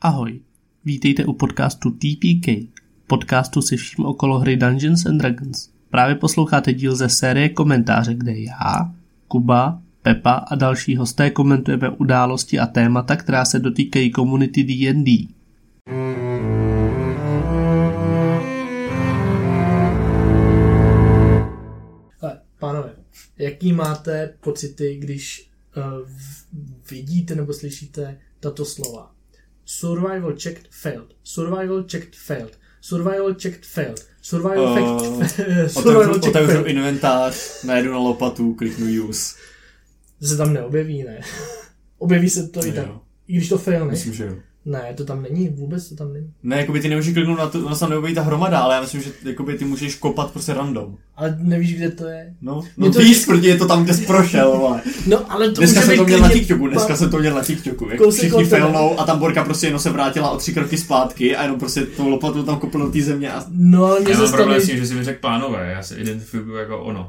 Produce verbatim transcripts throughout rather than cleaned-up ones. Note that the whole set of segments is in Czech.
Ahoj, vítejte u podcastu T P K, podcastu se vším okolo hry Dungeons and Dragons. Právě posloucháte díl ze série komentáře, kde já, Kuba, Pepa a další hosté komentujeme události a témata, která se dotýkají komunity D and D. Ale, pánové, jaký máte pocity, když uh, vidíte nebo slyšíte tato slova? Survival checked failed. Survival checked failed. Survival checked failed. Survival uh, checked failed. Otevřu inventář, najdu na lopatu, kliknu use. Se tam neobjeví, ne? Objeví se to no i tam. I když to fail, ne? Myslím, že jo. Ne, to tam není, vůbec to tam není. Ne, jakoby ty nemůžeš kliknout na to, ona se tam neobjeví ta hromada, ale já myslím, že jakoby ty můžeš kopat prostě random. Ale nevíš, kde to je? No, no to víš, protože je to tam, kde jsi prošel, vole. No, ale to dneska může jsem to měl na klidně... TikToku, dneska jsem to měl na TikToku, jak všichni failnou a tam Borka prostě jenom se vrátila o tři kroky zpátky a jenom prostě tou lopatu tam kopl do té země a... No, ale mě já mám problém s tím, mi... že si mi řekl pánové, já se identifikuju jako ono.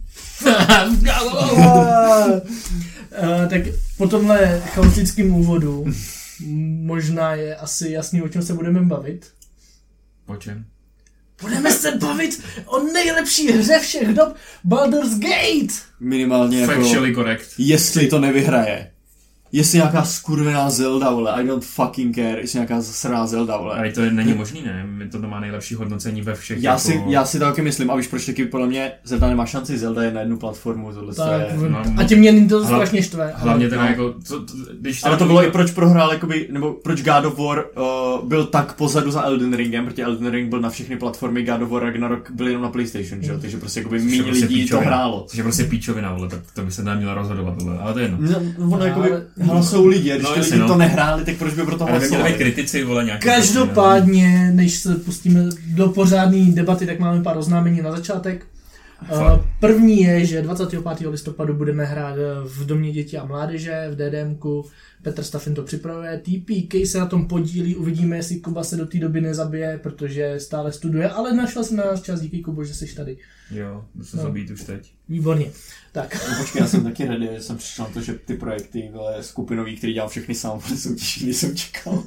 uh, tak po tomhle chaotickém úvodu možná je asi jasný, o čem se budeme bavit. O čem? Budeme se bavit o nejlepší hře všech dob, Baldur's Gate! Minimálně jako... Factually correct. Jestli to nevyhraje. Jestli nějaká skurvená Zelda, vole, I don't fucking care, jestli nějaká zasraná Zelda, vole. Ale to není možný, ne? To má nejlepší hodnocení ve všech. Já, jako... si, já si taky myslím, a víš proč taky podle mě Zelda nemá šanci, Zelda je na jednu platformu, tohle tak, je... No, a tím mě to strašně štve. Hlavně teda no. jako... To, to, když ale to bylo i proč prohrál, jakoby, nebo proč God of War uh, byl tak pozadu za Elden Ringem, protože Elden Ring byl na všechny platformy, God of War Ragnarok byl jenom na PlayStation, že jo, takže prostě jakoby méně prostě lidí píčovina. To hrálo. Což je prostě píčovina, vole, tak to by se nemělo rozhodovat, vole, ale to je jedno. No, ono jakoby, ale jsou lidi, když no, ty lidi no. to nehráli, tak proč by pro to hlasovali? kritici, vole, nějaký. Každopádně, než se pustíme do pořádné debaty, tak máme pár oznámení na začátek. Uh, první je, že dvacátého pátého listopadu budeme hrát v Domě dětí a mládeže v DDMku. Petr Staffin to připravuje. T P K se na tom podílí, uvidíme, jestli Kuba se do té doby nezabije, protože stále studuje, ale našel jsem na nás čas, díky Kubo, že jsi tady. Jo, to se no. zabít už teď. Výborně. Tak. No, počkej, já jsem taky ready, jsem přišel na to, že ty projekty vole, skupinový, který dělal všechny sám, jsou těžší, jsem čekal.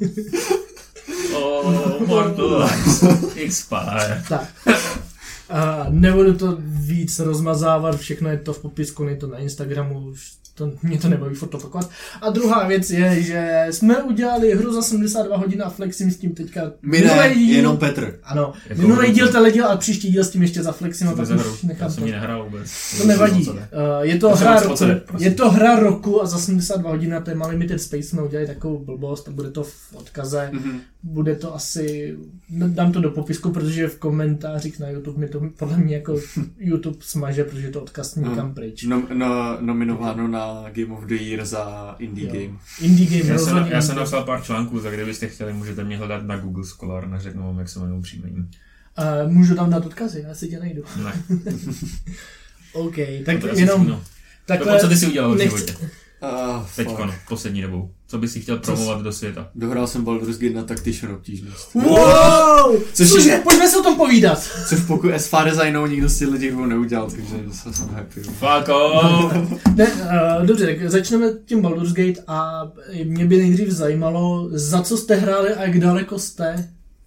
Oh, Mortal Expire. Tak. A nebudu to víc rozmazávat, všechno je to v popisku, je to na Instagramu, už to, mě to nebaví furt opakovat. A druhá věc je, že jsme udělali hru za sedmdesát dva hodin a flexím s tím teďka. My ne, díl, jenom Petr. Ano, minulý díl teledíl a příští díl s tím ještě za flexím. No, tak už nechám já jsem ji nehrál vůbec. To nevadí. Uh, je, to hra roku, je to hra roku a za sedmdesát dva hodin a to je má Limited Space, jsme udělali takovou blbost a bude to v odkaze. Mm-hmm. Bude to asi, dám to do popisku, protože v komentářích na YouTube mi to podle mě jako YouTube smaže, protože to odkaz někam no, pryč. No, no, nominováno na Game of the Year za Indie jo. Game. Indie Game, já jsem, já jsem napsal pár článků, za kdybyste chtěli, můžete mě hledat na Google Scholar, neřeknu vám, jak se jmenují příjmení. Uh, můžu tam dát odkazy, já si tě najdu. Ne. OK, tak no jenom... No. Takhle, co ty jsi udělal v nechci... životě? Uh, Teďko, no, poslední dobou. Co bys si chtěl promovat co do světa? Dohrál jsem Baldur's Gate na Tactician obtížnost. Wow! Což Cože? Je, pojďme se o tom povídat. Což pokud as far as I know, nikdo z těch lidí ho neudělal, takže jsem happy. Fuck off! Ne, uh, dobře, tak začneme tím Baldur's Gate a mě by nejdřív zajímalo, za co jste hráli a jak daleko jste?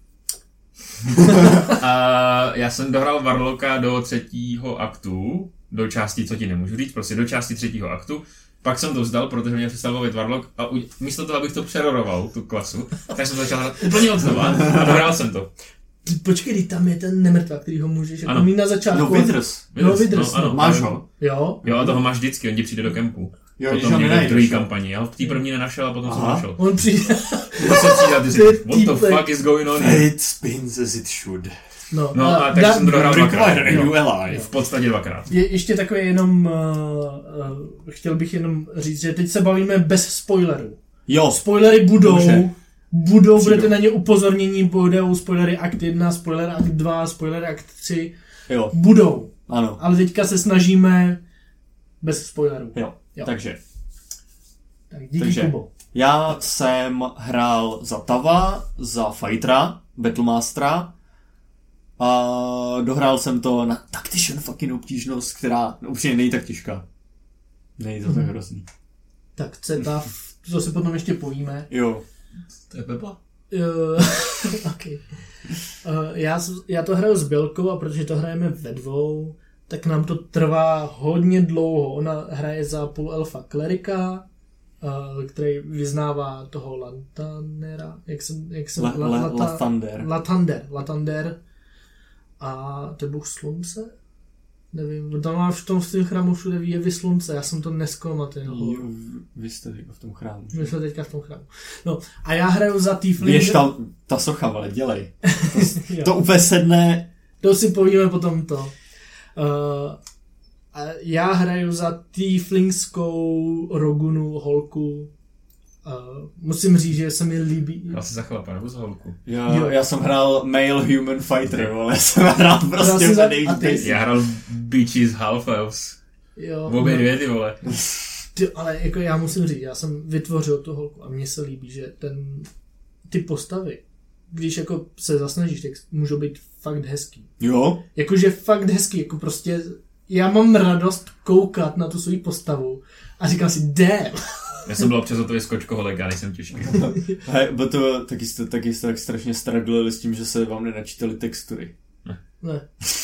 uh, já jsem dohrál Warlocka do třetího aktu, do části, co ti nemůžu říct, prostě do části třetího aktu. Pak jsem to vzdal, protože mě přestal bavit Warlock a u... místo toho, abych to přeroroval, tu klasu, tak jsem začal hrát úplně od znova a dohrál jsem to. Počkej, tam je ten nemrtvák, který ho můžeš jako mít na začátku. No Withers. No Withers, no, ano, máš ho? Jo. Jo, a toho máš vždycky, on ti přijde do kempu. Jo, potom někde v druhý kampani, já ho v té první nenašel a potom jsem našel. On přijde. Potom jsem přijde a ty říkáš, what the fuck is going on here? It spins as it should. No, no a, a takže jsem to dohrál dvakrát. V podstatě dvakrát. Je, ještě takové jenom, uh, uh, chtěl bych jenom říct, že teď se bavíme bez spoilerů. Jo. Spoilery budou, Může. budou, Přijdu. Budete na ně upozornění, budou spoilery akt jedna, spoilery akt dva, spoilery akt tři. Jo. Budou. Ano. Ale teďka se snažíme bez spoilerů. Jo, jo. takže. Tak díky, takže. Kubo. Já jsem hrál za Tava, za Fightera, Battlemastera, a dohrál jsem to na Tactician fucking obtížnost, která no, upřímně není tak těžká. Není to hmm. tak hrozný. Tak Cetav, to si potom ještě povíme. Jo. To je Pepa. Uh, okay. uh, já, já to hraju s Bělkou a protože to hrajeme ve dvou, tak nám to trvá hodně dlouho. Ona hraje za půlelfa klerika, uh, který vyznává toho Lantanera, jak jsem... Jak jsem La, la, la, Lathander. Lathander. Lathander. A to je bůh slunce? Nevím, tam má v tom, v tom chrámu všude jevy slunce, já jsem to neskoumal. Jo, vy jste teďka v tom chrámu. My jsme teďka v tom chrámu. No, a já hraju za Tiefling. Víš, ta, ta socha, ale dělej. To, to úplně sedne. To si povíme potom to. Uh, a já hraju za Tieflingskou Rogunu holku. Uh, musím říct, že se mi líbí. Já si za chlapa nebo za holku? Já, já jsem hrál male human fighter, ale jsem hrál prostě za, Já hrál Beaches Half Elves. Jo. V obě dvě ty vole. Ty, ale jako já musím říct, já jsem vytvořil tu holku a mně se líbí, že ten, ty postavy, když jako se zasnažíš, tak můžou být fakt hezký. Jo? Jakože fakt hezký, jako prostě já mám radost koukat na tu svou postavu a říkám si, damn. Já jsem byl občas o to vyskočkoholek, já nejsem těžký. Hej, bo to taky jste, taky jste tak strašně strugglili s tím, že se vám nenačítali textury. Ne. Ne.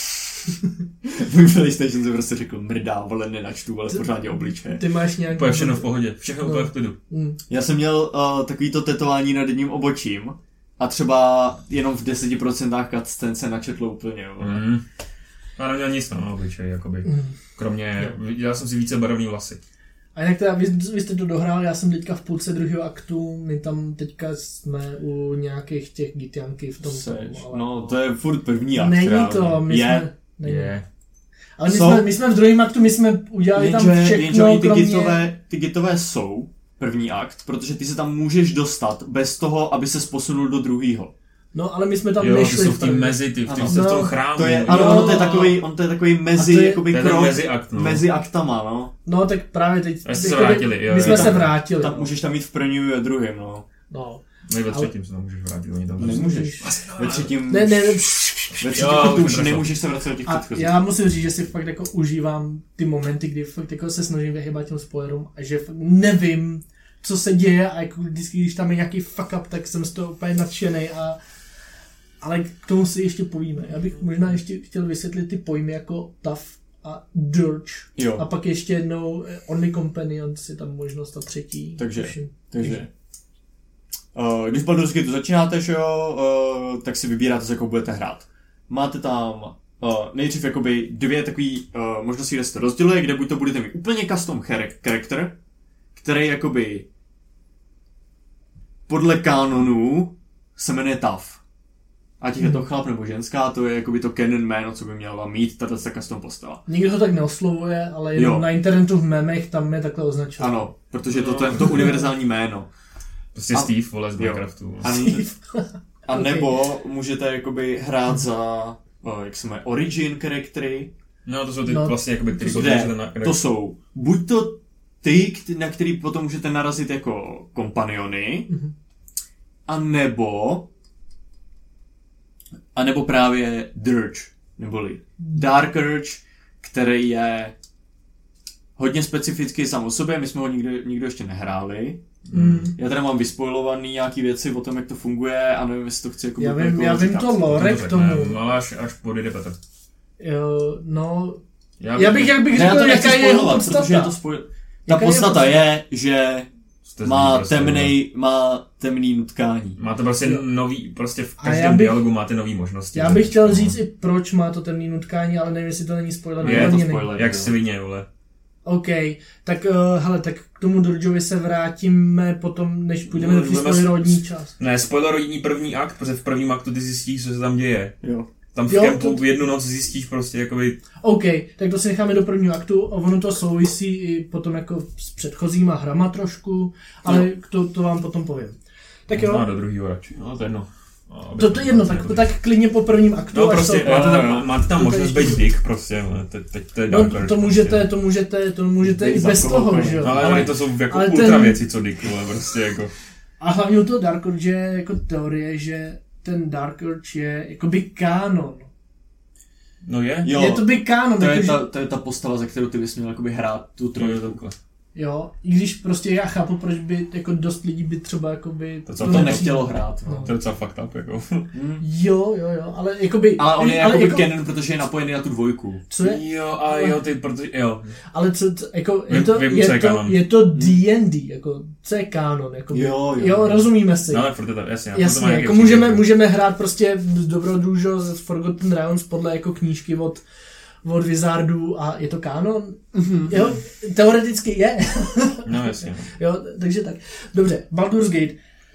Můj PlayStation se prostě řekl, mrdá, vole, nenačtu, ale pořádně obličeje. Ty máš nějaký... Pojď všechno v pohodě, všechno úplně v klidu. Mm. Já jsem měl uh, takovýto tetování nad jedním obočím a třeba jenom v deset procent cutscene se načetlo úplně, vole. Mm. Já neměl nic na obličeji, jakoby. Mm. Kromě, dělal jsem si více barevný vlasy. A jinak teda, vy, vy jste to dohrál, já jsem teďka v půlce druhého aktu, my tam teďka jsme u nějakých těch gitianky v tom. Seš, tomu, ale... no to je furt první akt. Není reálně. to, my je. jsme... Není. Je. Ale my, So, jsme, my jsme v druhém aktu, my jsme udělali jenže, tam všechno, jenže ty, kromě... gitové, ty gitové jsou první akt, protože ty se tam můžeš dostat bez toho, aby ses posunul do druhého. No, ale my jsme tam jo, nešli. Jo, jsou v té mezi, ty, v, tý, ano. v tom No, chrámu. To je, Jo. ano, ono to je takový, on to je takový mezi, je- jakoby To je ten krok, mezi akt, no. mezi aktama, no. No, tak právě teď... A jste se jakoby- vrátili, jo, My jo, jsme tam- se vrátili. Tam no. můžeš tam mít v prvním a druhém, no. No. No i ve Ale- třetím se tam můžeš vrátit, oni tam Nemůžeš. Ve třetím, Ne, ne, ne. ve třetím Jo, aktu už už jsem nemůžeš se vracet do těch A předchozích. já musím říct, že si fakt jako užívám ty momenty, kdy fakt jako se snažím vyhybat těm spoilerům a že fakt nevím, co se děje a jako vždycky, když tam je nějaký fuck up, tak jsem z toho úplně nadšenej a ale k tomu si ještě povíme. Já bych možná ještě chtěl vysvětlit ty pojmy jako tough a dirge. Jo. A pak ještě jednou eh, only companion si tam možnost ta třetí. Takže, tuším. takže. Uh, když Baldur's Gate začínáte, že jo, uh, tak si vybíráte, s jakou budete hrát. Máte tam uh, nejdřív jakoby dvě takové uh, možnosti, kde se to rozděluje, kde buď to budete mít úplně custom character, který jakoby podle kanonů se jmenuje Tough. Ať je to chlap nebo ženská, to je jakoby to canon jméno, co by měla mít tato custom postava. Nikdo to tak neoslovuje, ale jenom Jo. na internetu v memech tam je takhle označeno. Ano, protože to, to je to univerzální jméno. Prostě A- Steve, vole, z jo. Minecraftu. A, a nebo můžete jakoby hrát za, uh, jak se jmenuje, origin charaktery, No to jsou ty No, vlastně, jakoby, který kde můžete na... to jsou buď to ty, kt- na který potom můžete narazit jako kompaniony, Mhm. a nebo a nebo právě Dirge, neboli Dark Urge, který je hodně specifický sám o sobě, my jsme ho nikdo, nikdo ještě nehráli. Mm. Já teda mám vyspoilovaný nějaký věci o tom, jak to funguje a nevím, jestli to chci jako Já úplně vím, jako já vím říkat. to lore k tomu. No až, až podjde Petr. Jo, no, Já, já bych, jak bych Ne, já řekl, to nechci jaká je jeho spoilovat, podstata. protože je to spoil... Ta Jaká je podstata podstata? je, že Jste má zlí prostě, temnej, má temný nutkání. Máte prostě Jo. nový, prostě v A já každém bych- dialogu máte nový možnosti. Já bych chtěl No. říct i proč má to temný nutkání, ale nevím, jestli to není spoiler. Je nebo to není. spoiler. Jak jo. svině, vole. OK, tak uh, hele, tak k tomu Dirgeovi se vrátíme potom, než půjdeme No, do té budeme spoilerodní část. Ne, spoiler rodinný první akt, protože v prvním aktu ty zjistíš, co se tam děje. Jo. Tam v Jo, kempu to- v jednu noc zjistíš prostě jakoby... OK, tak to si necháme do prvního aktu a ono to souvisí i potom jako s předchozíma hrama trošku, ale Jo. to, to vám potom povím. Tak No, jo, do druhýho radši, no to je jedno. No, aby to, to je jedno, tak, jako- tak klidně po prvním aktu. No až prostě, to- máte jo, tam, jo. máte tam To možnost tady- být dick prostě, no, teď, teď to je No, Dark to Urge můžete, prostě. to můžete, to můžete i Být bez toho, zakolopaný. že jo. No, ale, ale to jsou jako ale ultra ten- věci, co dick, vole, prostě jako... A hlavně u toho Dark Urge je jako teorie, že ten Dark Urge je jakoby kánon. No je? Jo, Je to by kánon, to je, jakože... ta, to je ta postava, za kterou ty bys měl jakoby hrát tu To je trojku. takhle. Jo, i když prostě já chápu, proč by jako dost lidí by třeba jakoby... To, co to nechtělo hrát. No. To je docela fucked up, jako. Jo, jo, jo, ale jakoby... Ale on je ale jakoby jako, canon, protože je napojený na tu dvojku. Co je? Jo, a jo, ty, protože, jo. Ale co, co jako, je to, Vím, je, co je to, kanon. je to D and D, jako, co je kanon, jako, Jo, jo. jo, rozumíme si. No ale furt je to, jasně. Jasně, to má jako můžeme, můžeme hrát prostě dobrodružo z Forgotten Realms podle jako knížky od od Wizardů a je to kanon? Mm-hmm. Jo, teoreticky je. No jasně. Jo, takže tak. Dobře, Baldur's Gate.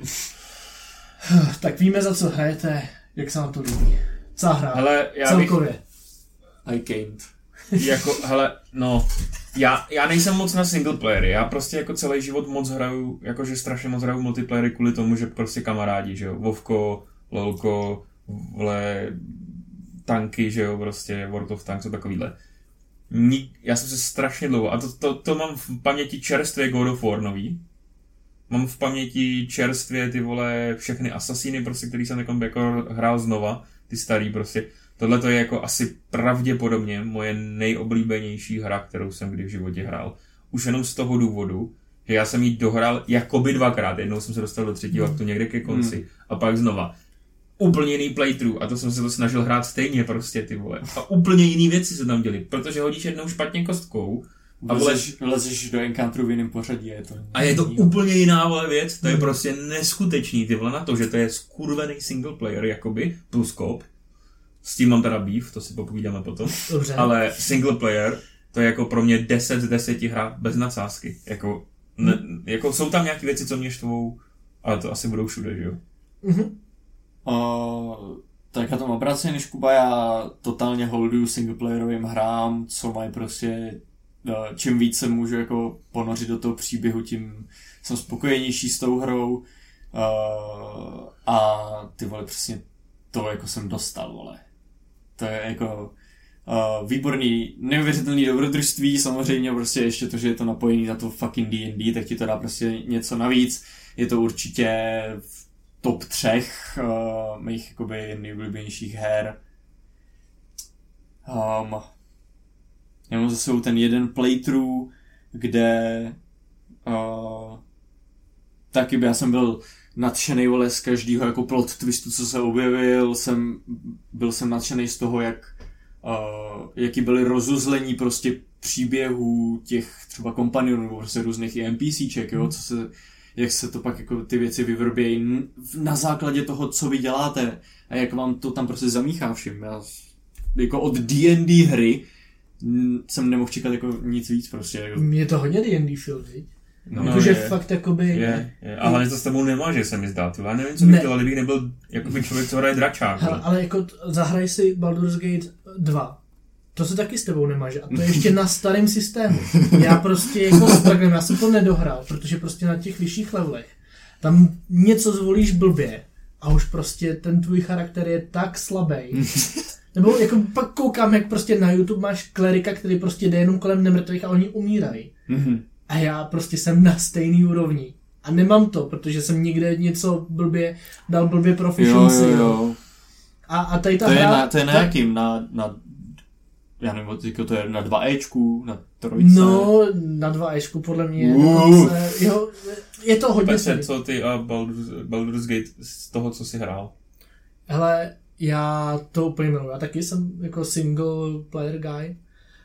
Tak víme, za co hrajete, jak se vám to líbí. Co hrát? Hele, já celkově. Bych... I can't. Jako, hele, no, já, já nejsem moc na single playery, já prostě jako celý život moc hraju, jakože strašně moc hraju multiplayery kvůli tomu, že prostě kamarádi, že jo, Vovko, Lolko, vole, tanky, že jo, prostě World of Tanks a takovýhle. Nik, já jsem se strašně dlouho, a to, to, to mám v paměti čerstvě God of War nový, mám v paměti čerstvě ty vole všechny Assassiny, prostě, který jsem jako, jako hrál znova, ty starý prostě. Tohle to je jako asi pravděpodobně moje nejoblíbenější hra, kterou jsem kdy v životě hrál. Už jenom z toho důvodu, že já jsem ji dohrál jakoby dvakrát. Jednou jsem se dostal do třetího aktu někde ke konci hmm. a pak znova. Úplně jiný playthrough a to jsem se to snažil hrát stejně prostě, ty vole. A úplně jiný věci se tam děli, protože hodíš jednou špatně kostkou a vlezeš, vlezeš do encounteru v jiném pořadí. Je to a je to úplně jiná vole věc, to je prostě neskutečný, ty vole, na to, že to je skurvený single player, jakoby, plus co-op. S tím mám teda beef, to si popovídáme potom. Dobře. Ale single player, to je jako pro mě deset z deseti hra bez nadsázky. Jako, ne, hmm. jako jsou tam nějaké věci, co mě štvou, ale to asi budou všude, že jo? Mm-hmm. Uh, tak já to mám práci než Kuba, já totálně holduju singleplayerovým hrám, co mají prostě, uh, čím víc se můžu jako ponořit do toho příběhu, tím jsem spokojenější s tou hrou. Uh, a ty vole, přesně to jako jsem dostal, vole. To je jako uh, výborný, neuvěřitelný dobrodružství, samozřejmě prostě ještě to, že je to napojený na to fucking D and D, tak ti to dá prostě něco navíc. Je to určitě v top třech uh, mých jakoby nejoblíbenějších her. Um, já mám za sebou ten jeden playthrough, kde uh, taky by já jsem byl nadšenej, vole, z každého jako plot twistu, co se objevil, jsem, byl jsem nadšenej z toho, jak, uh, jaký byly rozuzlení prostě příběhů těch třeba kompanionů, nebo prostě různých i NPCček, jo, co se, jak se to pak jako ty věci vyvrbějí na základě toho, co vy děláte a jak vám to tam prostě zamíchá všim. Já jako od D and D hry jsem nemohl čekat jako nic víc prostě. Jako. Je to hodně D and D feel, viď? No, jakože je, fakt jakoby... Je, je. A hlavně to s tebou nemáže, se mi zdá. Já nevím, co bych ne. dělal, kdybych nebyl jakoby člověk, co hraje dračák. Hele, ale jako t- zahraj si Baldur's Gate dva. To se taky s tebou nemáže. A to je ještě na starém systému. Já prostě jako stragnem, já jsem to nedohrál, protože prostě na těch vyšších levelech tam něco zvolíš blbě a už prostě ten tvůj charakter je tak slabý. Nebo jako pak koukám, jak prostě na YouTube máš klerika, který prostě jde jenom kolem nemrtvých a oni umírají. Mm-hmm. A já prostě jsem na stejný úrovni. A nemám to, protože jsem někde něco blbě, dal blbě proficiency. Jo, jo, jo. A, a tady ta to hra... Je na, to je na jakým? Na, na, já nevím, to je na dva Ečku, na trojce? No, na dva Ečku podle mě. Dokonce, jo, je to hodně Petře, co ty a Baldur's, Baldur's Gate z toho, co jsi hrál? Hele, já to úplně miluji. Já taky jsem jako single player guy.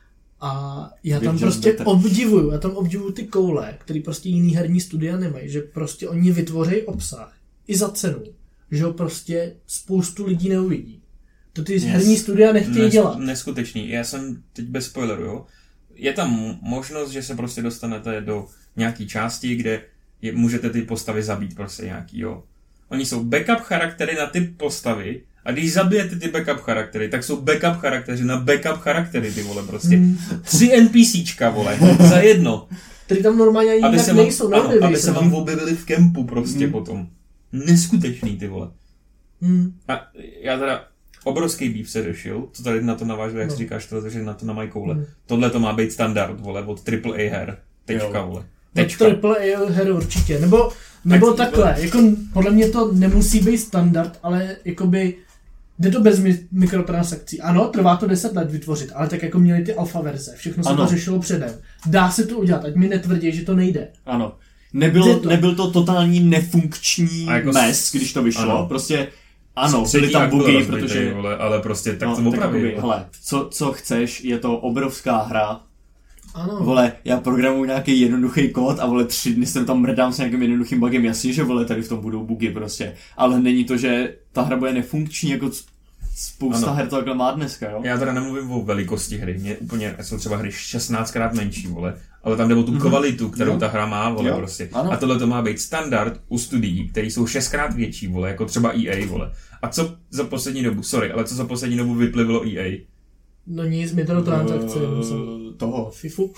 A já tam prostě obdivuju, já tam obdivuju ty koule, který prostě jiný herní studia nemají, že prostě oni vytvoří obsah i za cenu, že ho prostě spoustu lidí neuvidí. To ty yes. herní studia nechtějí Nes, dělat. Neskutečný, já jsem teď bez spoileru, jo. Je tam možnost, že se prostě dostanete do nějaký části, kde je, můžete ty postavy zabít prostě nějaký, jo. Oni jsou backup charaktery na ty postavy. A když zabijete ty backup charaktery, tak jsou backup charaktery na backup charaktery, ty vole, prostě. Hmm. Tři NPCčka, vole, za jedno. Který tam normálně ani jinak vám, nejsou, ano, aby se vám objevili v kempu prostě hmm. potom. Neskutečný, ty vole. Hmm. A já teda, obrovský beef se řešil, co tady na to navážu, jak no. si říkáš, to, že na to namají koule. Hmm. Tohle to má být standard, vole, od triple A her. Tečka, jo. Vole. Tečka. Od triple A her určitě, nebo, nebo tak, takhle, jako podle mě to nemusí být standard, ale jakoby Jde to bez mi- mikrotransakcí. Ano, trvá to deset let vytvořit, ale tak jako měli ty alfa verze, všechno se Ano. to řešilo předem. Dá se to udělat, ať mi netvrdí, že to nejde. Ano. Nebyl, to? nebyl to totální nefunkční A jako mes, s- když to vyšlo. ano. Prostě ano, Třetí byly tam akt byl bugy, rozbitej, protože... vole, ale prostě tak no, to opravdu. jakoby, hele, co, co chceš, je to obrovská hra. Ano. Vole, já programuji nějaký jednoduchý kód a vole tři dny jsem tam mrdám s nějakým jednoduchým bugem. Jasně, že vole tady v tom budou bugy prostě. Ale není to, že ta hra bude nefunkční, jako c- spousta Ano. her to takhle má dneska, jo? Já teda nemluvím o velikosti hry, mě úplně jsou třeba hry šestnáctkrát menší, vole, ale tam jde o tu kvalitu, kterou Jo. ta hra má, vole, Jo. prostě. Ano. A tohle to má být standard u studií, které jsou šestkrát větší, vole, jako třeba E A, vole. A co za poslední dobu, sorry, ale co za poslední dobu vyplivilo E A? No nic, mikrotransakce. Uh, toho. FIFU.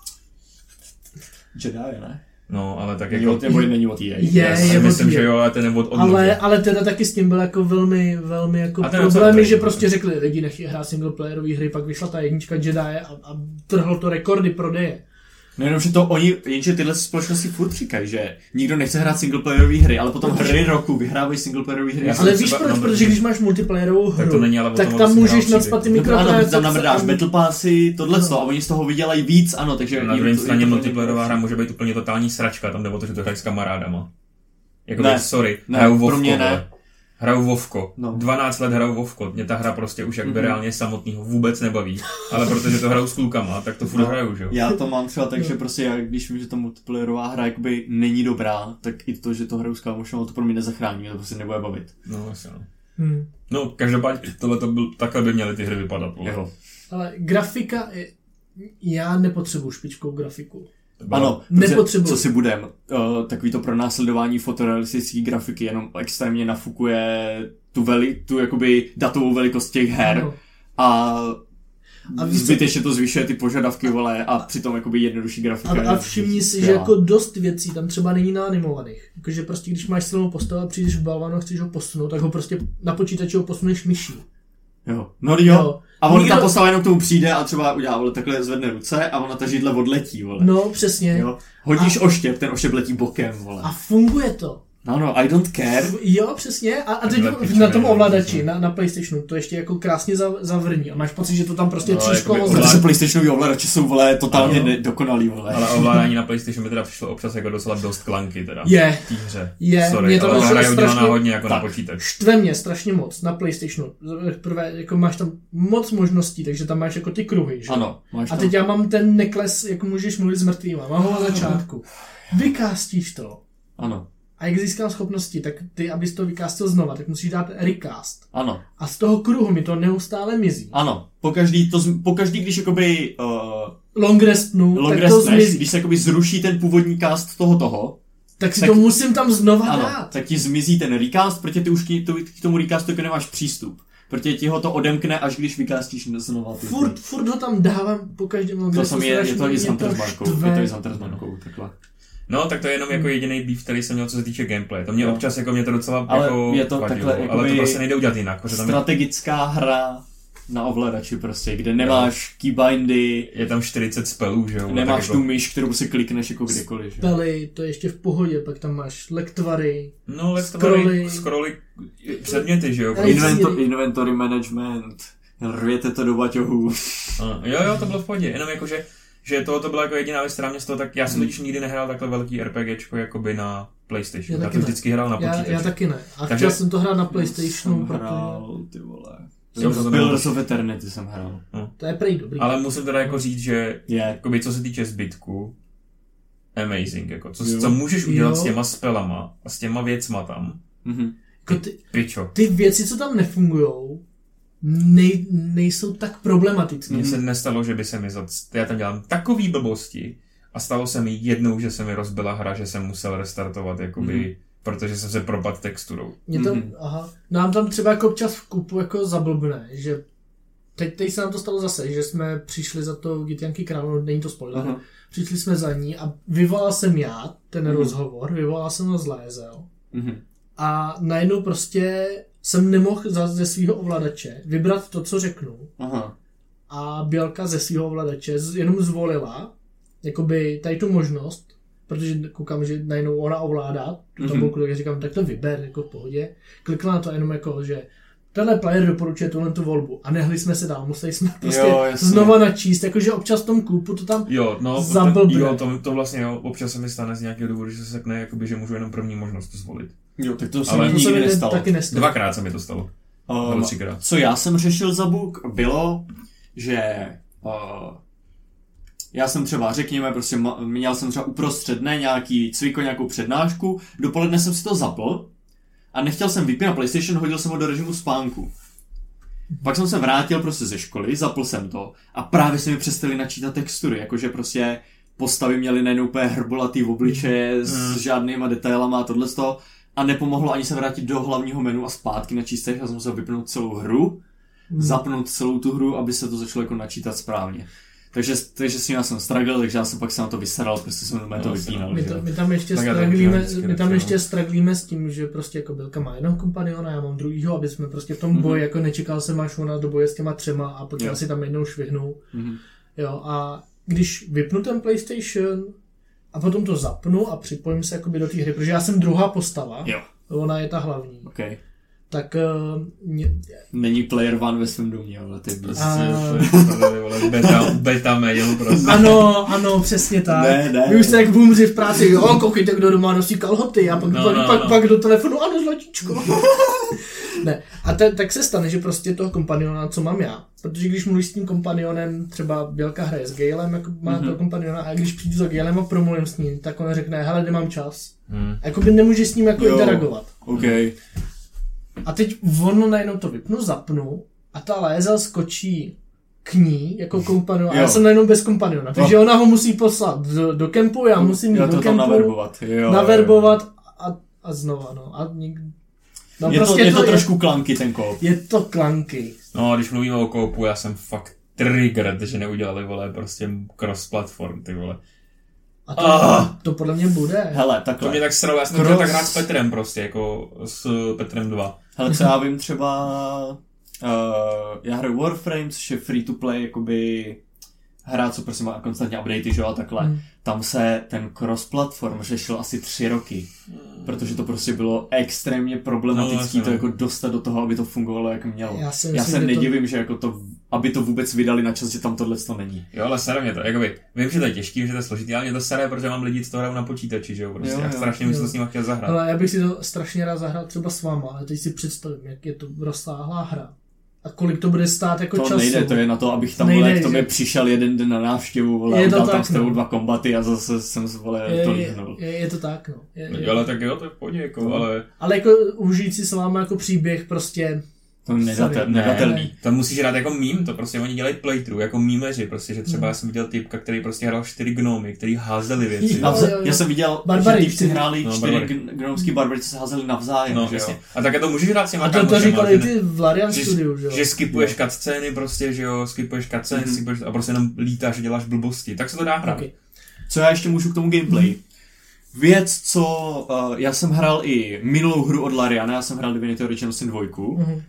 Jedi, ne? No, ale tak Není jako... od, nebo není od E A. Je, já si je myslím, od že E A. jo, ale ten je od od Ale, Nokia. ale teda taky s tím byl jako velmi, velmi jako A ten problémy, docela že dobrý, prostě no. řekli, lidi nechtějí hrát singleplayerové hry, pak vyšla ta jednička Jedi a, a trhlo to rekordy prodeje. Nejenom, že to oni, jenže tyhle společnosti furt říkají, že nikdo nechce hrát singleplayerové hry, ale potom hry roku vyhrávají singleplayerové hry. Já Ale jsem víš třeba- proč? no, Protože když máš multiplayerovou hru, Tak to není, ale o tak tom tam vlastně můžeš hrál nadspat ty příběh. No, ano, tam mikrotransakce. namrdáš a- Battle Passy, tohle No. a oni z toho vydělají víc, ano, takže... Na jim druhé to- straně jim to multiplayerová hra úplně- může být úplně totální sračka, tam jde o to, že to hrají s kamarádama. Jako Ne. sorry, Ne, hraju pro Vovko, mě ne. vole. Hraju Vovko. No. dvanáct let hraju Vovko. Mě ta hra prostě už jakby Mhm. reálně samotného vůbec nebaví. Ale protože to hraju s klukama, tak to furt No. hraju, že jo? Já to mám třeba tak, No. že prostě já, když vím, že ta multiplayerová hra jakoby není dobrá, tak i to, že to hraju s kámošem, to pro mě nezachrání, mě to prostě nebude bavit. No, asi no. Hmm. No, každopádně tohle to byl, takhle by měly ty hry vypadat. Vole. Jo. Ale grafika, je, já nepotřebuji špičkou grafiku. To bylo- Ano, Nepotřebuji. protože, co si budem, uh, takový to pronásledování fotorealistické grafiky jenom extrémně nafukuje tu, veli, tu jakoby datovou velikost těch her No. a, A a víš co- zbytečně to zvyšuje ty požadavky, vole, a přitom jakoby jednodušší grafika. A, a je všimni si, že skvělá. jako dost věcí tam třeba není naanimovaných. Jakože prostě když máš silnou postavu a přijdeš k balvanu a chceš ho posunout, tak ho prostě na počítači ho posuneš myší. Jo. No jo. Jo. A on Nikdo- ta postava jenom k tomu přijde a třeba udělá, vole, takhle zvedne ruce a ona ta židle odletí, vole. No, přesně. Jo. Hodíš A- oštěp, ten oštěp letí bokem, vole. A funguje to. No, no, I don't care. Jo, přesně. A, a teď Takhle na pičoviny, tom no, ovladači, no. na, na PlayStationu, to ještě jako krásně zav, zavrní. A máš pocit, že to tam prostě No, tříškovo jakoby zavrní. Protože PlayStationový ovladače jsou, vole, totálně Ano. nedokonalý, vole. Ale ovládání na PlayStation mi teda přišlo občas jako docela dost klanky teda. Je. V té hře. Je, Sorry, mě to ale ta přišlo hra je udělaná strašně- hodně jako na Tak. počítač. Štve mě strašně moc na PlayStationu. Prvé, jako máš tam moc možností, takže tam máš jako ty kruhy, že? Ano, máš A to. teď já mám ten nekles, jako můžeš mluvit s mrtvýma. Mám ho na začátku. Vykástíš to. Ano, A jak získám schopnosti, tak ty, abys to vykástil znova, tak musíš dát recast. ano, A z toho kruhu mi to neustále mizí. ano. Pokaždý, to, z- pokaždý když jakoby uh, Long restnu, long tak to restneš, zmizí. když se jakoby zruší ten původní cast toho toho, Tak si tak- to musím tam znova ano, dát. tak ti zmizí ten recast, protože ty už k, to, k tomu recastu jako nemáš přístup. Protože ti ho to odemkne, až když vykástíš znova. Ty, Furt, furt ho tam dávám po každém long to restu. sam je, je to strašně i s mě Hunter's Markou, štve. je to i s Hunter's Markou, takhle. No, tak to je jenom jako jediný beef, který jsem měl, co se týče gameplay. To mě No. občas jako mě to docela Ale jako je to vadilo, takhle, ale to jakoby prostě nejde udělat jinak, protože tam je, Strategická hra na ovladači prostě, kde nemáš keybindy, je tam čtyřicet spellů, že jo? nemáš tak jako, tu myš, kterou si klikneš jako kdykoliv. Že? Pely, to je ještě v pohodě, pak tam máš lektvary. No, ale scrolly. scrolly, scrolly předměty, že jo? Ale- Invento, inventory management, rvěte to do baťohů. A, jo, jo, to bylo v pohodě, jenom jako, že, že to, to byla jako jediná věc, která mě z toho, tak já jsem totiž nikdy nehrál takhle velký RPGčko jakoby na PlayStation. Já Já, taky to ne. vždycky hrál na Já, počítači. já taky ne. A Takže- chtěl jsem to hrát na PlayStationu, Jsem protože hrál, ty vole. Jo, to Pillars of Eternity jsem hrál. to je prej dobrý. Ale musím teda jako říct, že Je. jakoby, co se týče zbytku, amazing, jako, co, Jo. co můžeš udělat Jo. s těma spelama a s těma věcma tam, Mhm. Jako ty, pičo. ty věci, co tam nefungujou, nej, nejsou tak problematické. Mně se nestalo, že by se mi za... Já tam dělám takový blbosti a stalo se mi jednou, že se mi rozbila hra, že jsem musel restartovat, jakoby, Mhm. protože jsem se propadl texturou. Mě to, Mhm. aha, nám tam třeba jako občas v kupu jako zablbne, že teď, teď se nám to stalo zase, že jsme přišli za to Gitianky královnou, není to spoiler, Aha. přišli jsme za ní a vyvolal jsem já ten Mhm. rozhovor, vyvolal jsem ho z Lézel Mhm. a najednou prostě jsem nemohl za, ze svého ovladače vybrat to, co řeknu Aha. a Bělka ze svého ovladače z, jenom zvolila jakoby tady tu možnost, protože koukám, že najednou ona ovládá tu Mhm. tabulku, tak říkám, tak to vyber, jako v pohodě. Klikla na to jenom jako, že tenhle player doporučuje tuhle tu volbu a nehli jsme se dál, museli jsme prostě Jo, znova načíst, jakože občas v tom kůpu to tam Jo, no, zablbne. jo, to, to vlastně jo, občas se mi stane z nějakého důvodu, že se sekne, jakoby, že můžu jenom první možnost to zvolit. Jo, tak to se Ale mi to se nikdy mi nestalo. taky nestalo. Dvakrát se mi to stalo. Um, Nebo třikrát. co já jsem řešil za bug, bylo, že uh, já jsem třeba, řekněme, prostě ma- měl jsem třeba uprostřed dne nějaký cviko, nějakou přednášku, dopoledne jsem si to zapl a nechtěl jsem vypínat PlayStation, hodil jsem ho do režimu spánku. Pak jsem se vrátil prostě ze školy, zapl jsem to a právě se mi přestaly načítat textury, jakože prostě postavy měly najednou úplně hrbolatý obličeje mm. s žádnýma detailama a tohleto a nepomohlo ani se vrátit do hlavního menu a zpátky načíst text, já jsem musel vypnout celou hru, mm. zapnout celou tu hru, aby se to začalo jako načítat správně. Takže, takže s tím já jsem struggle, takže já jsem pak se na to vysadal, prostě jsem no, to vypínal. My, to, my tam ještě strugglíme, my tam ještě strugglíme s tím, že prostě jako Bělka má jednoho kompaniona, já mám druhýho, aby jsme prostě v tom boji, mm-hmm. jako nečekal jsem, až ona do boje s těma třema a potom yeah. si tam jednou švihnu. Mm-hmm. Jo, a když vypnu ten PlayStation a potom to zapnu a připojím se jakoby do té hry, protože já jsem druhá postava, jo. Ona je ta hlavní. Okay. Tak uh, mě... Není player one ve svém domě, ale ty prostě... A... beta, beta mail prostě. Ano, ano, přesně tak. Ne, ne. Vy už jste jak boomři v práci, jo, koukejte, kdo doma nosí kalhoty a pak, no, pak, no, pak, no. pak do telefonu, ano, zlatíčko. Ne, a te, tak se stane, že prostě toho kompaniona, co mám já, protože když mluvíš s tím kompanionem, třeba Bělka hraje s Gailem, jako má mm-hmm. toho kompaniona, a když přijdu za Gailem a promluvím s ním, tak on řekne, hele, nemám čas. Mm. A jakoby nemůžeš s ním jako jo, interagovat. Okay. A teď ono najednou to vypnu, zapnu a ta Léza skočí k ní jako kompanion a já jsem najednou bez kompaniona. Takže ona ho musí poslat do, do kempu, já musím jít jo, do kempu, naverbovat, jo, naverbovat a, a znova. No. A nik... no je, prostě to, je to, to trošku je, klanky ten koup. Je to klanky. No, když mluvíme o koupu, já jsem fakt triggered, že neudělali, vole, prostě cross-platform, ty vole. A to, ah. to podle mě bude. Hele, takhle. To mě tak sralo, já jsem Cross... tak hrát s Petrem prostě, jako s Petrem dva. Hele, co já vím třeba, uh, já hraju Warframe, což je free to play, jakoby hra, co prostě má konstantně updatey, že jo, a takhle. Hmm. Tam se ten cross-platform řešil asi tři roky, hmm. protože to prostě bylo extrémně problematické no, to jako dostat do toho, aby to fungovalo, jak mělo. Já, si myslím, já se nedivím, to... že jako to, aby to vůbec vydali na čas, že tam tohle to není. Jo, ale sere mě to, jakoby, vím, že to je těžký, že to je složitý, ale mě to sere, protože mám lidi, co to hrajou na počítači, že jo, prostě, jo, jo, jak strašně bych to s nima chtěl zahrát. Ale já bych si to strašně rád zahrál třeba s váma, ale teď si představím, jak je to rozsáhlá hra. A kolik to bude stát jako to času. To nejde, to je na to, abych tam vole, k tobě že... přišel jeden den na návštěvu, vole, to dal tak, tam s tebou no. dva kombaty a zase jsem se vole je, to líhnul. Je, je to tak, no. Je, no je, ale tak jo, to je v pohodě, jako, no. ale... Ale jako užít si s váma jako příběh prostě... To nedatelný. Ne, ne. To musíš hrát jako mím, to prostě oni dělají playthrough, jako mímeři, prostě, že třeba hmm. já jsem viděl typka, který prostě hrál čtyři gnomy, který házeli věci. Jo, jo, jo. Já jsem viděl, barbary, že týpci hráli no, čtyři barbary. gnomský barbary, co se házeli navzájem. No, jasně. A tak to můžeš hrát s těma A to, to říkali ty v Larian Studiu, že jo? Že skipuješ cutscény prostě, že jo, skipuješ cutscény, mm. skipuješ a prostě jenom lítáš a děláš blbosti, tak se to dá hrát. Okay. Co já ještě můžu k tomu gameplay? Mm. Věc, co uh, já jsem hrál i minulou hru od Lariana, já jsem hrál Divinity Original Sin dva mm.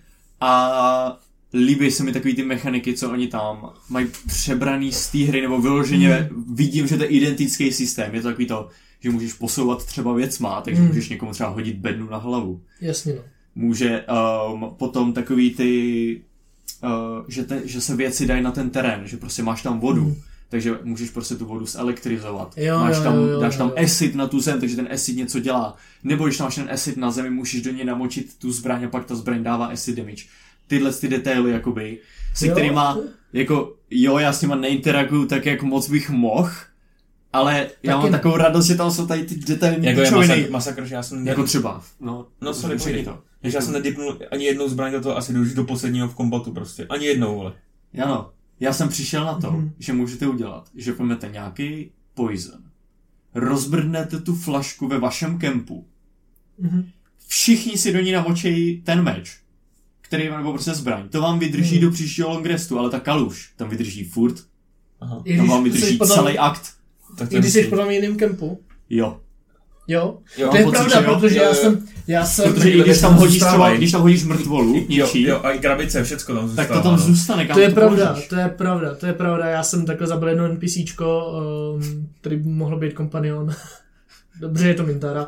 a líbí se mi takový ty mechaniky, co oni tam mají přebraný z té hry, nebo vyloženě mm. vidím, že to je identický systém. Je to takový to, že můžeš posouvat třeba věcma, takže mm. můžeš někomu třeba hodit bednu na hlavu. Jasně, no. Může um, potom takový ty, uh, že, te, že se věci dají na ten terén, že prostě máš tam vodu, mm. takže můžeš prostě tu vodu zelektrizovat. Jo, máš tam, jo, jo, dáš jo, tam jo. acid na tu zem, takže ten acid něco dělá. Nebo když máš ten acid na zemi, můžeš do něj namočit tu zbraň a pak ta zbraň dává acid damage. Tyhle ty detaily, jakoby, se jo. kterýma, jako, jo, já s nima neinteraguju tak, jak moc bych mohl, ale tak já mám jen... takovou radost, že tam jsou tady ty detaily jako je masakr, že já jsem... Jako třeba, no, no sorry, pojď to. Že já jsem nedipnul ani jednou zbraň do toho asi dožít do posledního v kombatu prostě, ani jednou, vole. Ano, já jsem přišel na to, mm-hmm. že můžete udělat, že pojmete nějaký poison, rozbrdnete tu flašku ve vašem kempu, mm-hmm. všichni si do ní namočejí ten meč, který nebo prostě zbraň. To vám vydrží hmm. do příštího long restu, ale ta kaluž tam vydrží furt. Aha. Tam vám vydrží celý akt. Tak I když jsi potom jiným kempu? Jo. Jo? jo to je pocit, pravda, jo? protože jo, já jo. jsem... Já jsem protože i když tam hodíš třeba, když tam hodíš mrtvolu, jo, něčí, jo, a i krabice, všecko tam zůstává. tak to tam zůstane, kam to je to pravda, položíš. to je pravda, to je pravda. Já jsem takhle zabil jedno NPCčko, um, který by mohlo být kompanion. Dobře, je to Mintara.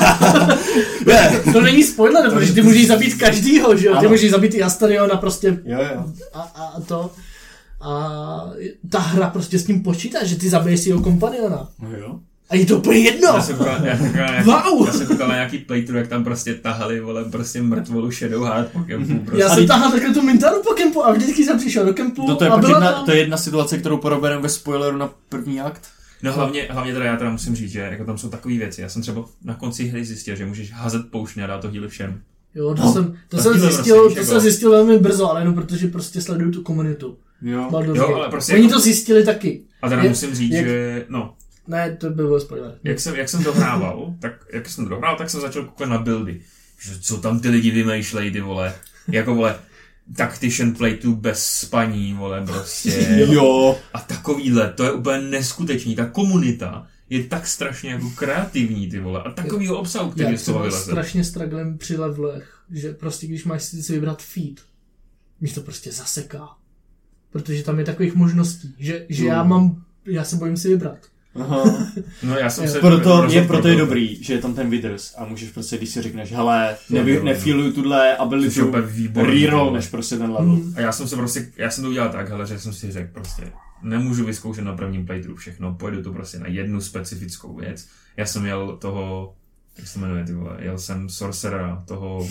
To není spoiler, protože ty můžeš zabít každýho, že jo? Ty můžeš zabít i Astariona prostě jo, jo. A, a to. A ta hra prostě s tím počítá, že ty zabiješ si jeho kompaniona. No jo. A je to úplně jedno. Já jsem koukal, já jsem koukal, nějaký, wow. já jsem koukal na nějaký playthrough, jak tam prostě tahali, vole, prostě mrtvolu Shadowheart po kempu. Prostě. Já jsem tahal takhle tu Mintaru po kempu a vždycky jsem přišel do kempu no to je a byla jedna, tam... to je jedna situace, kterou porobereme ve spoileru na první akt. No hlavně, hlavně teda já teda musím říct, že jako tam jsou takové věci. Já jsem třeba na konci hry zjistil, že můžeš házet poušně a dát to healy všem. Jo, to no, jsem, to to jsem prostě, zjistil, prostě, to jako... jsem zjistil velmi brzo, ale jenom protože prostě sleduju tu komunitu. Jo, jo ale prostě... Oni jako... to zjistili taky. A teda je, musím říct, jak... že no. Ne, to by bylo spoiler. Jak jsem, jak jsem dohrával, tak jak jsem dohrál, tak jsem začal koukat na buildy. Že co tam ty lidi vymýšlejí, ty vole. Jako vole, tactician playthrough bez spaní, vole, prostě. Jo. A takovýhle, to je úplně neskutečný. Ta komunita je tak strašně jako kreativní, ty vole. A takovýho obsahu, který z toho vyleze. Já strašně straglem při levelech, že prostě když máš si vybrat feed, mě to prostě zaseká. Protože tam je takových možností, že, že no. já mám, já se bojím si vybrat. Aha. No já jsem se... Proto, mě proto je dobrý, že je tam ten Withers a můžeš prostě, když si řekneš, hele, nevy, nefeeluju tuhle ability reroll, než prostě ten level. Mm. A já jsem se prostě, já jsem to udělal tak, hele, že jsem si řekl prostě, nemůžu vyzkoušet na prvním playthrough všechno, pojedu to prostě na jednu specifickou věc. Já jsem jel toho, jak se to jmenuje, ty vole, jel jsem Sorcerera, toho...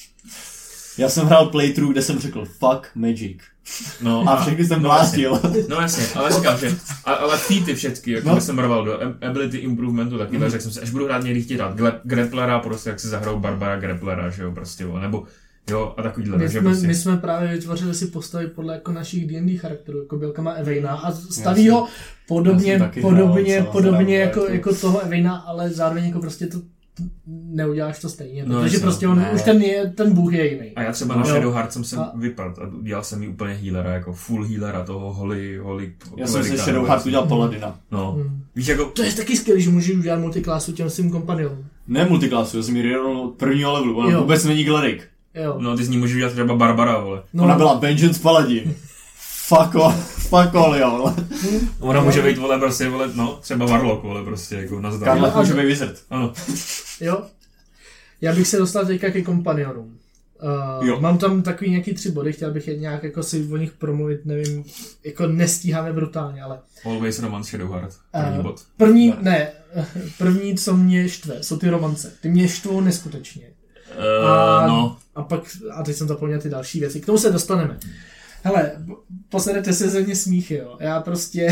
Já jsem hrál playthrough, kde jsem řekl fuck magic. No, a všechny jsem blástil. No jasně, ale říkám, že a, ale featy všechny, jak no. jsem roval do ability improvementu, taky mm. řekl jsem si, až budu hrát někdy chtít dát grapplera, prostě jak si zahrajou Barbara grapplera, že jo, prostě, nebo jo, a takovýhle. My, že jsme, prostě... my jsme právě vytvořili si postavy podle jako našich D and D charakterů, jako Bělka má Evaina a staví ho podobně, podobně, hrál, podobně jako, jako toho Evaina, ale zároveň jako prostě to neuděláš to stejně, no, protože prostě on, už ten, je, ten bůh je jiný. A já třeba na Shadowheart jsem se a... vypadl a udělal jsem mi úplně healera, jako full healera toho holy, holy já jsem se Shadowheart udělal paladina. No. Hmm. Víš, jako... To je taky skvělý, že můžeš udělat multiklásu těm svým kompanionům. Ne multiklásu, já jsem ji reroll od prvního levelu, ona jo. vůbec není Gleric. Jo. No ty z ní můžeš udělat třeba Barbara, vole. No. Ona byla Vengeance Paladin. Fuck all, fuck all, jo, vole. Ona může být, vole, prostě, vole, no, třeba Warlock, vole, prostě, jako na zdraví. Karla může být Wizard. Ano. Jo. Já bych se dostal teďka ke kompanionům. Uh, mám tam takový nějaký tři body, chtěl bych je nějak jako si o nich promluvit, nevím, jako nestíháme brutálně, ale... Always Romance Shadowheart, první uh, bod. První, ne, první, co mě štve, jsou ty romance. Ty mě štvou neskutečně. Uh, a, no. a pak, a teď jsem zapomněl ty další věci, k tomu se dostaneme. Hele, posadete se ze mě smíchy, jo. Já prostě,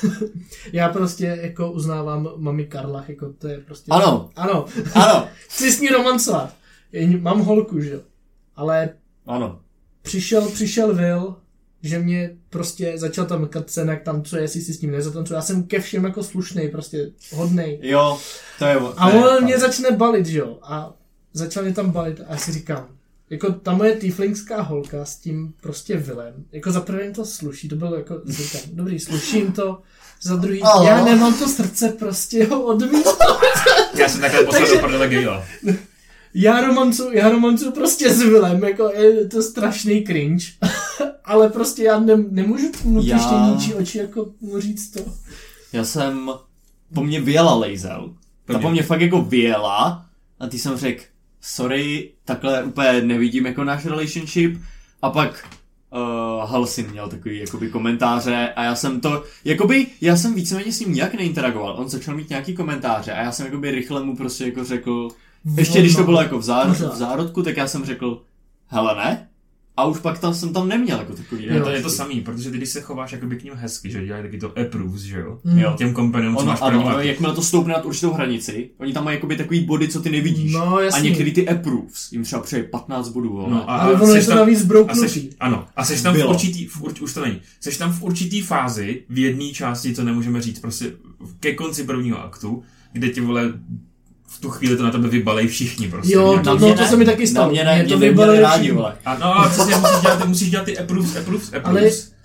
já prostě jako uznávám mami Karla, jako to je prostě... Ano. Ano. Ano. Chci s ní romancovat. Mám holku, že jo. Ale... Ano. Přišel, přišel Will, že mě prostě začal tam cutscene, jak tancuje, jestli si s ním nezatancuje. Já jsem ke všem jako slušnej, prostě hodnej. Jo, to je... To a je, on mě začne balit, že jo. A začal mě tam balit a já si říkám, jako ta moje tieflingská holka s tím prostě Willem, jako za prvé to sluší, to bylo jako, říkám, dobrý, sluším to, za druhý, oh. já nemám to srdce prostě ho odmítnout. Já jsem takhle poslal do prdele gejla. Já romancu, já romancu prostě s Willem, jako je to strašný cringe, ale prostě já ne, nemůžu mu já... ještě ničí oči jako mu říct to. Já jsem, po mně vyjela Lae'zel, ta po mě fakt jako vyjela a ty jsem řekl, sorry, takhle úplně nevidím jako náš relationship. A pak uh, Halsin měl takový jakoby komentáře a já jsem to, jakoby, já jsem víceméně s ním nějak neinteragoval. On začal mít nějaký komentáře a já jsem jakoby rychle mu prostě jako řekl, ještě když to bylo jako v, zárod, v zárodku, tak já jsem řekl, hele ne? A už pak tam jsem tam neměl jako takový. Jo, to je to samý, protože ty když se chováš jakoby k ním hezky, že dělají taky to approves, že jo? Mm. jo. Těm kompanionům, co máš ano, ano, jakmile to stoupne nad určitou hranici, oni tam mají jakoby takový body, co ty nevidíš. No, a některý ty approves, jim třeba přeje patnáct bodů. Ale, no, a, ale ono je to navíc brouknutý. Ano, a seš tam Bylo. v určitý, v urč, už to není, seš tam v určitý fázi, v jedné části, co nemůžeme říct, prostě ke konci prvního aktu, kde ti vole v tu chvíli to na tebe vybalej všichni prostě. Jo, to, no, to se mi taky stalo. Na mě ne, mě to vybalej rádi, vole. A no a přesně musíš dělat, musíš dělat ty approves, approves, approves.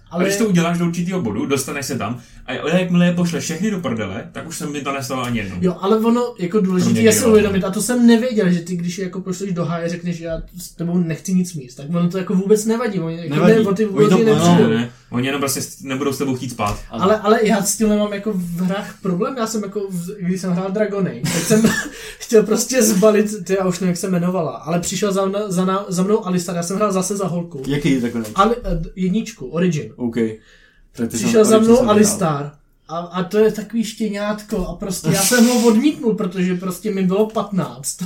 Ale... A když to uděláš do určitého bodu, dostaneš se tam a jakmile je pošle všechny do prdele, tak už jsem mi to nestalo ani jednou. Jo, ale ono jako důležité je si uvědomit, a to jsem nevěděl, že ty když jako pošleš do háje, řekneš, že já s tebou nechci nic míst, tak ono to jako vůbec nevadí. Oni jako nevadí. Ne, o ty Oni to, no, ne, oni jenom prostě nebudou s tebou chtít spát. Ale, ale, ale já s tím nemám jako v hrách problém, já jsem jako, v, když jsem hrál Dragony, tak jsem chtěl prostě zbalit, ty já už nevím, jak se jmenovala, ale přišel za, za, za mnou Alistar, já jsem hrál zase za holku. Jaký je Dragony? Ali, jedničku, Origin. OK. Přišel za mnou Alistar a, a to je takový štěňátko a prostě já jsem ho odmítnul, protože prostě mi bylo patnáct.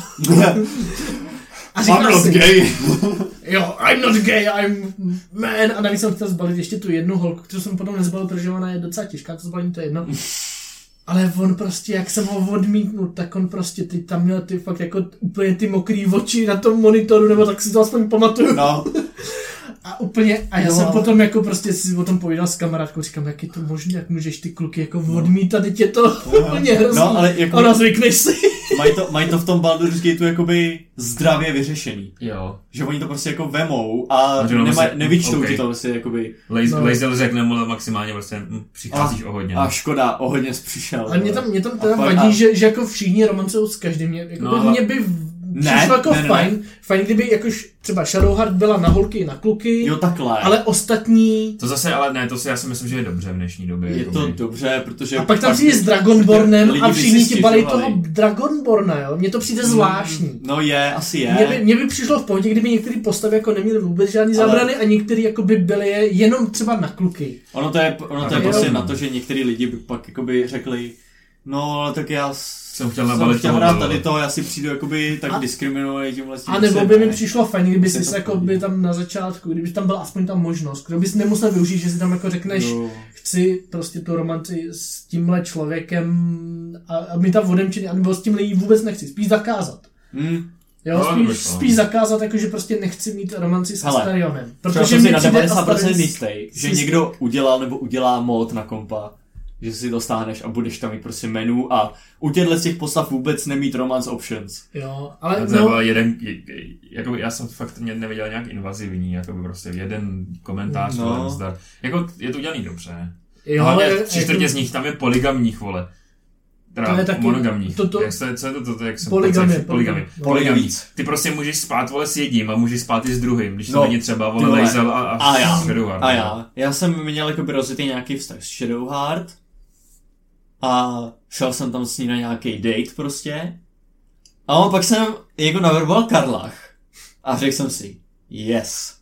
A I'm not si, gay. Jo, I'm not gay, I'm man. A navíc jsem chtěl zbalit ještě tu jednu holku, kterou jsem potom nezbalil, protože ona je docela těžká, to zbalím, to je jedno. Ale on prostě, jak jsem ho odmítnul, tak on prostě, ty tam měl ty fakt jako úplně ty mokrý oči na tom monitoru, nebo tak si to aspoň pamatuju. No. A úplně, a já no. jsem potom jako prostě si o tom povídal s kamarádkou, říkám, jak je to možné, jak můžeš ty kluky jako odmítat, teď je to úplně hrozný. No, ale jako... Ona zvykneš si. Mají to, mají to v tom Baldur's Gateu jakoby zdravě vyřešený. Jo. Že oni to prostě jako vemou a no, nemaj, se, nevyčtou okay. ti to prostě jakoby... Lazel no. řekne mu maximálně prostě hm, přicházíš a, o hodně. A škoda, o hodně jsi přišel. Ale mě tam, mě tam teda vadí, a... že, že jako všichni romancujou s každým. Mě, jako no, by, mě by ne, přišlo jako ne, ne, fajn, ne. fajn, kdyby jakož třeba Shadowheart byla na holky i na kluky. Jo, takhle. Ale ostatní... To zase, ale ne, to si já si myslím, že je dobře v dnešní době. Je jako to by. dobře, protože... A pak tam přijde s Dragonbornem a všichni ti balí stěžovali. toho Dragonborna, jo? Mně to přijde zvláštní. No je, asi je. Mně by, mně by přišlo v pohodě, kdyby některé postavy jako neměly vůbec žádný ale... zábrany a některé jako by byly jenom třeba na kluky. Ono to je, ono to je jo. prostě na to, že některý lidi by pak jakoby řekli, no ale tak já jsem chtěl, jsem chtěl hrát tady to, já si přijdu jakoby tak a... diskriminovaný tímhle s tím. A nebo by mi přišlo fajn, kdyby Musím jsi jako by tam na začátku, kdyby tam byla aspoň ta možnost, kterou bys nemusel využít, že si tam jako řekneš, no. chci prostě tu romanci s tímhle člověkem a, a mi tam odemčený, nebo s tím lidí vůbec nechci, spíš zakázat. Hmm. Jo, no, spíš, no. spíš zakázat, jakože prostě nechci mít romanci s Astarionem. Protože jsem si na devadesát procent jistý, že někdo udělal nebo udělá mod na kompa, že si dostáhneš a budeš tam mít prostě menu a u těchto těch postav vůbec nemít romance options. Jo, ale to no... byl jeden, jako já jsem fakt neviděl nějak invazivní, jako by prostě jeden komentář, no. vole, zdar. Jako je to udělaný dobře. Jo, ale ale tři čtvrtě z nich tam je poligamních, vole. Teda to je taky monogamních. To, to, Jak se, co je to, to, to jak jsem poligamy, poligamy. Poligamy. Ty prostě můžeš spát, vole, s jedním a můžeš spát i s druhým, když to no, není třeba, vole, Lae'zel a, a, a já. Shadowheart. A já. Já jsem měl jakoby rozjetý nějaký vztah s Shadowheart a šel jsem tam s ní na nějaký date prostě. A pak jsem jako navrboval Karlach a řekl jsem si, yes.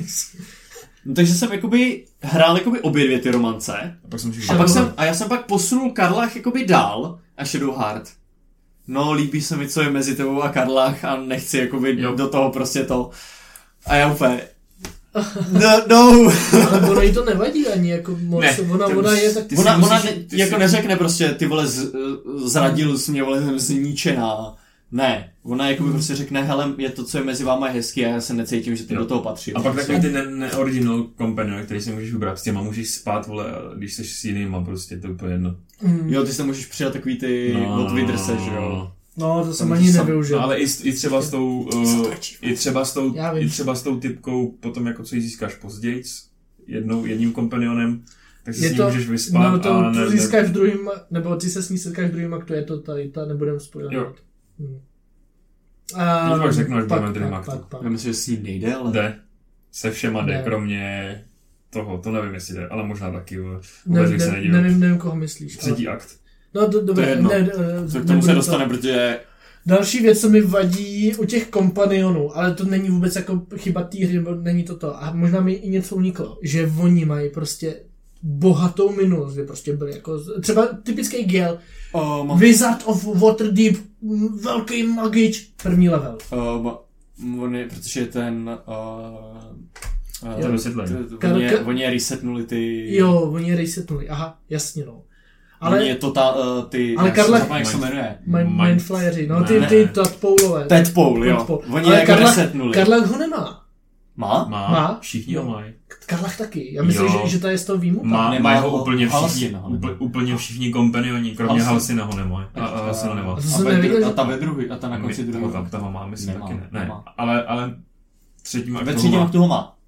No, takže jsem jakoby hrál jakoby obě dvě ty romance. A, pak jsem a, pak jsem, a já jsem pak posunul Karlach jakoby dál a Shadowheart. No, líbí se mi, co je mezi tebou a Karlach a nechci jakoby jo. do toho prostě to. A já úplně... No, no. Ale ono jí to nevadí ani, jako moc, ne, ona, ona je tak... Ona, musíš, ona ne, jako si... neřekne prostě, ty vole, z, zradil jsi mě, vole, jsem zničená. Ne, ona jakoby prostě řekne, hele, je to, co je mezi váma hezký a já se necítím, že ty no. do toho patří. A pak takový ty ne-original ne companion, který si můžeš vybrat, s těma můžeš spát, vole, když jsi s jinýma, prostě to je úplně jedno. Mm. Jo, ty se můžeš přidat takový ty no, od Vidrse, že jo. No, to jsem ani nevyužil. No, ale i, i třeba s tou, uh, i třeba s tou, i třeba s tou typkou, potom jako co ji získáš později, jednou, jedním kompanionem, tak si je s ní to, můžeš vyspat. No, to, a to ne, získáš v druhým, nebo ty se s ní setkáš v druhým aktu, je to tady, ta nebudem spojovat. Hmm. A to pak řeknu, až budeme druhým aktu. Já myslím, že s ní nejde, ale... Jde. Se všema jde, ne. kromě toho, to nevím, jestli jde, ale možná taky. Ne, ne, se nevím, nevím, koho myslíš. Třetí ale... akt. No, do, dobré, to ne, ne, k tomu se dostane, to... protože... Další věc, co mi vadí u těch kompanionů, ale to není vůbec jako chyba té hry, nebo není to to. A možná mi i něco uniklo, že oni mají prostě bohatou minulost, že prostě byli jako, třeba typický Gale, uh, mám... Wizard of Waterdeep, velký magič, první level. Uh, on je, protože ten... Uh, uh, to vysvětlení. Oni, je, oni je resetnuli ty... Jo, oni je resetnuli, aha, jasně no. Ale je to ta, uh, ty, ale Karla, jak se jmenuje? Mindflayeři, no ty, ty Tadpoulové. Tadpoul, jo. Oni je jako resetnuli. Karlach ho nemá. Má? Má, má? Všichni ho mají. Karlach taky, já myslím, že, že to je z toho výjimuka. Má, nemá ho úplně všichni, Halsina, úplně, úplně všichni kompanioni, kromě Halsina ho nemají. A, a Halsina nemá. A, a, neviděl, a ta ve druhý, a ta na konci druhého. Ta ho má, myslím nemá, taky ne. ne. ne. Ale, ale třetím aktu ve třetím aktu ho má.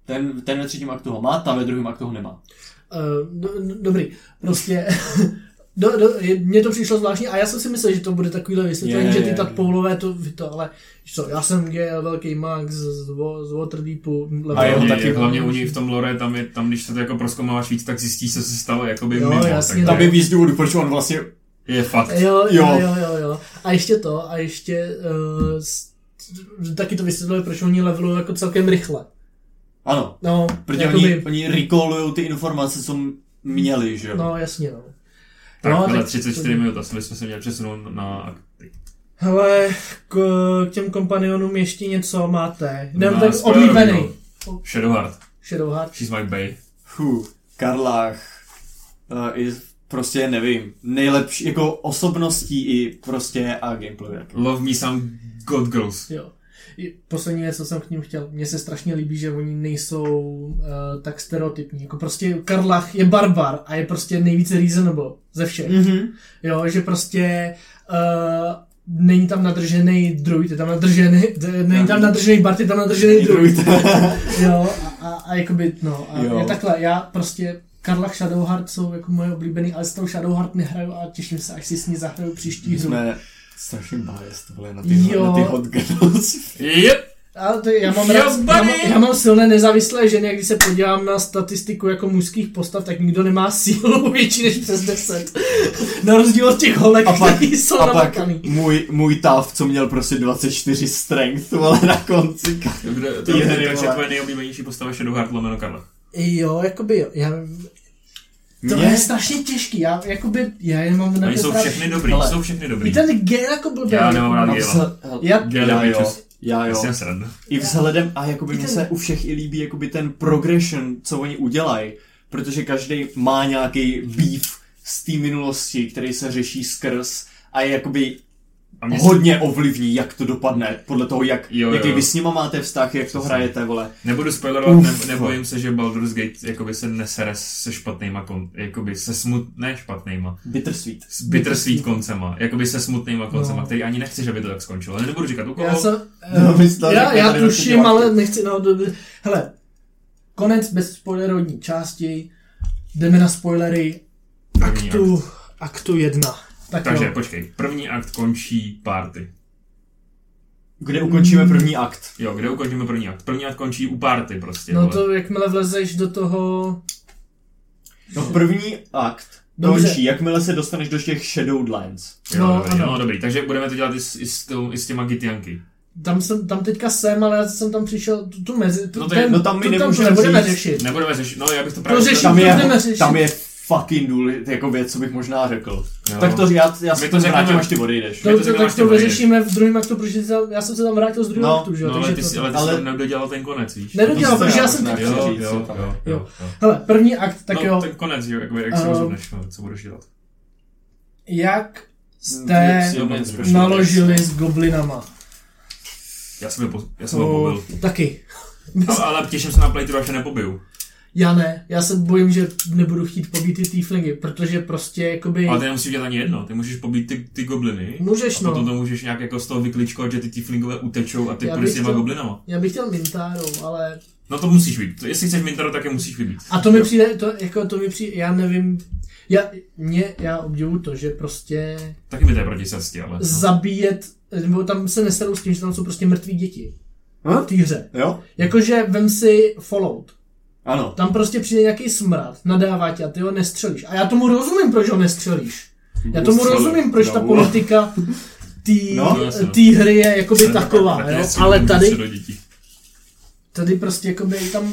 Ten, ten ve třetím aktu ho má, ta ve druhém aktu ho nemá. Uh, do, do, dobrý, prostě... Do, do, mně to přišlo zvláštní a já jsem si myslel, že to bude takovýhle vysvětlení, že ty tadpoulové to, to, ale co, já jsem gay, velký Max z, z Waterdeepu. A jeho taky hlavně u něj v tom lore, tam, je, tam když se to jako prozkoumáváš víc, tak zjistíš, co se stalo jakoby jo, mimo. Jasně, tam je víc důvodů, proč on vlastně je fakt. Jo, jo, jo, jo, jo. A ještě to, a ještě uh, s, taky to vysvětluje, proč oni levelují jako celkem rychle. Ano, no, protože jakoby, oni, oni recallujou ty informace, co měli, že jo? No, jasně, no. Tak, no, hele, tak třicet čtyři to... minut, asi bychom se měli přesunout na akty. Hele, k, k těm kompanionům ještě něco máte. Jdem no, tak oblíbený. Shadowheart. Shadowheart. She's my bae. Fuh, Karlach. Uh, je prostě, nevím, nejlepší, jako osobností i prostě a gameplay. Love me some God girls. Jo. Poslední věc, co jsem k ním chtěl, mně se strašně líbí, že oni nejsou uh, tak stereotypní. Jako prostě Karlach je barbar a je prostě nejvíce reasonable ze všech. Mm-hmm. Jo, že prostě uh, není tam nadržený druid, je tam nadržený, není tam nadržený Bart, je tam nadržený druid. Jo, a, a, a jakoby, no, a je takhle, já prostě Karlach Shadowheart jsou jako moje oblíbený, ale s tou Shadowheart nehraju a těším se, až si s ní zahraju příští hru. Jsme strašně biased tohle na ty, na ty hot girls. Yep. Ale to já mám, rád, já, mám, já mám silné nezávislé ženy, a když se podívám na statistiku jako mužských postav, tak nikdo nemá sílu větší než přes deset. Na rozdíl od těch holek, který jsou namakaný. A pak můj, můj tav, co měl prostě dvacet čtyři strength, ale na konci. Takže tvoje nejoblíbenější postava Shadowheart lomeno Karlach. Jo, jakoby jo. Já... To mě? Je strašně těžký, já jakoby, já je mám na jsou všechny dobrý, ale jsou všechny dobrý. I ten Gale jako blbý. Já nemám rád Gale. Já, já jo. Já jo. Jsem sranda. I vzhledem, a jakoby mi ten... se u všech i líbí jakoby ten progression, co oni udělají, protože každý má nějaký beef z té minulosti, který se řeší skrz a je jakoby a hodně se... ovlivní, jak to dopadne, podle toho, jak, jo, jo. jaký vy s nima máte vztah, jak to hrajete, vole. Nebudu spoilerovat, ne, nebojím se, že Baldur's Gate jakoby se nesere se špatnýma, kon, jakoby se smut, ne špatnýma. Bittersweet. S bittersweet koncema, jakoby se smutnýma koncema, no. Který ani nechceš, aby to tak skončilo. Ale nebudu říkat u koho. Já, se, no, uh, já, já tuším, ale nechci, no, do, do, hele, konec bez spoilerovní části, jdeme na spoilery aktu, aktu jedna. Tak Takže jo. Počkej, první akt končí party. Kde ukončíme první akt? Jo, kde ukončíme první akt? První akt končí u party prostě. No to jakmile vlezeš do toho... No první akt Dobře. končí, jakmile se dostaneš do těch Shadowlands. Jo, no, dobrý, no dobrý, takže budeme to dělat i s, i s, tou, i s těma Gitianky. Tam jsem, tam teďka jsem, ale já jsem tam přišel, tu, tu mezi, tu, no, ten, no tam my tu, tam to nebudeme říct. řešit. Nebudeme řešit, no já bych to právě... To řešit, tam, je, řešit. tam je fucking důležitý jako věc, co bych možná řekl. Jo. Tak to já, já si to vrátím, až ty odejdeš. To, to, tak to vyřešíme v druhém aktu, protože já jsem se tam vrátil z druhého no, aktu, že jo? No, ale ty jsi ale... nedodělal ten konec, víš? Nedodělal, protože já jsem teď chtěl říct. Jo, jo, jo. Hele, první akt, tak jo. No, ten konec, jo, jak si rozhodneš, co budeš dělat. Jak jste naložili s goblinama? Já jsem ho já jsem ho pobil. Taky. Ale, ale těším se na playthrough, až je nepobiju. Já ne, já se bojím, že nebudu chtít pobít ty tieflingy, protože prostě jakoby... Ale ty nemusíš dělat ani jedno, ty můžeš pobít ty, ty gobliny. Můžeš, no. A potom no. to můžeš nějak jako z toho vyklíčkovat, že ty tieflingové utečou a ty půjdeš s těma goblinama. Já bych chtěl Mintáru, ale... No to musíš vybít, jestli chceš Mintáru, tak je musíš vybít. A to mi přijde, to, jako to mi přijde, já nevím... Já, mě, já obdivuju to, že prostě... Taky mi to je proti cestě, ale... No. Zabíjet, nebo tam se neserou s tím, že tam jsou prostě mrtví děti. Hm? V té hře. Jo? Jakože vem si Fallout. Ano. Tam prostě přijde nějaký smrad, nadává tě a ty ho nestřelíš. A já tomu rozumím, proč ho nestřelíš. Já tomu rozumím, proč ta politika té no, hry je jakoby taková, jo? Ale tady... Tady prostě jakoby tam...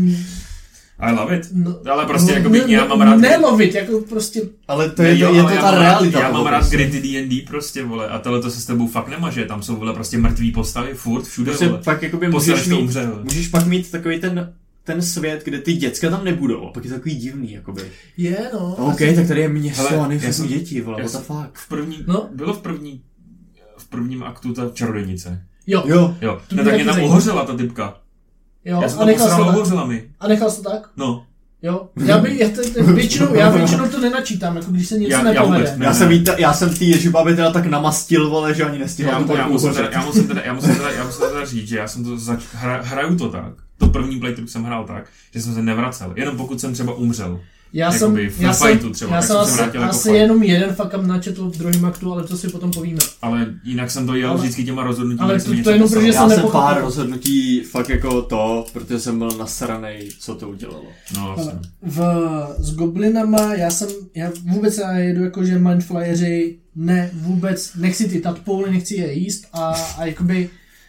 I love it. No, ale prostě no, jakoby ne, já mám rád... Nelovit, jako prostě... Ale to je, jo, je to ta já realita. Já mám rád gritty D and D prostě, vole, a tohle to se s tebou fakt nemaže, tam jsou, vole, prostě mrtvý postavy, furt, všude, prostě vole. Pak jakoby můžeš, mít, umře, můžeš pak mít takový ten, ten svět, kde ty děcka tam nebudou, a pak je to takový divný, jakoby. Je, no. OK, asi... tak tady je město a nejsou děti, vole, what the fuck. V první, no? Bylo v první, v prvním aktu ta čarodějnice. Jo. Jo. Jo, no tak mě tam uhořela ta typka. Jo, já jsem to posral, uhořela mi. A nechal jsi to tak? No. Jo, já, by, já, t- většinou, já většinou to nenačítám, jako když se něco já, nepovede. Já, vůbec, já, jsem jí ta, já jsem tý ježibáby teda tak namastil, vole, že ani nestihl. Já, já, musím teda, já musím teda, já musím teda, já musím teda říct, že já jsem to zač, hra, hraju to tak, to první playthrough jsem hrál tak, že jsem se nevracel, jenom pokud jsem třeba umřel. Já jsem, v já fightu jsem, třeba, já tak jsem jsem asi, se vrátil jako asi fight. jenom jeden fuck up načetl v druhém aktu, ale to si potom povíme. Ale jinak jsem to jel Ale- vždycky těma rozhodnutími, ale že se to- mi to něco jenom stalo. protože Já jsem jsem nepochopil. pár rozhodnutí fakt jako to, protože jsem byl nasranej, co to udělalo. No, Ale vlastně. v, s goblinama já jsem, já vůbec já jedu jako, že mindflyeri ne, vůbec, nechci ty tadpouly, nechci je jíst a, a jakoby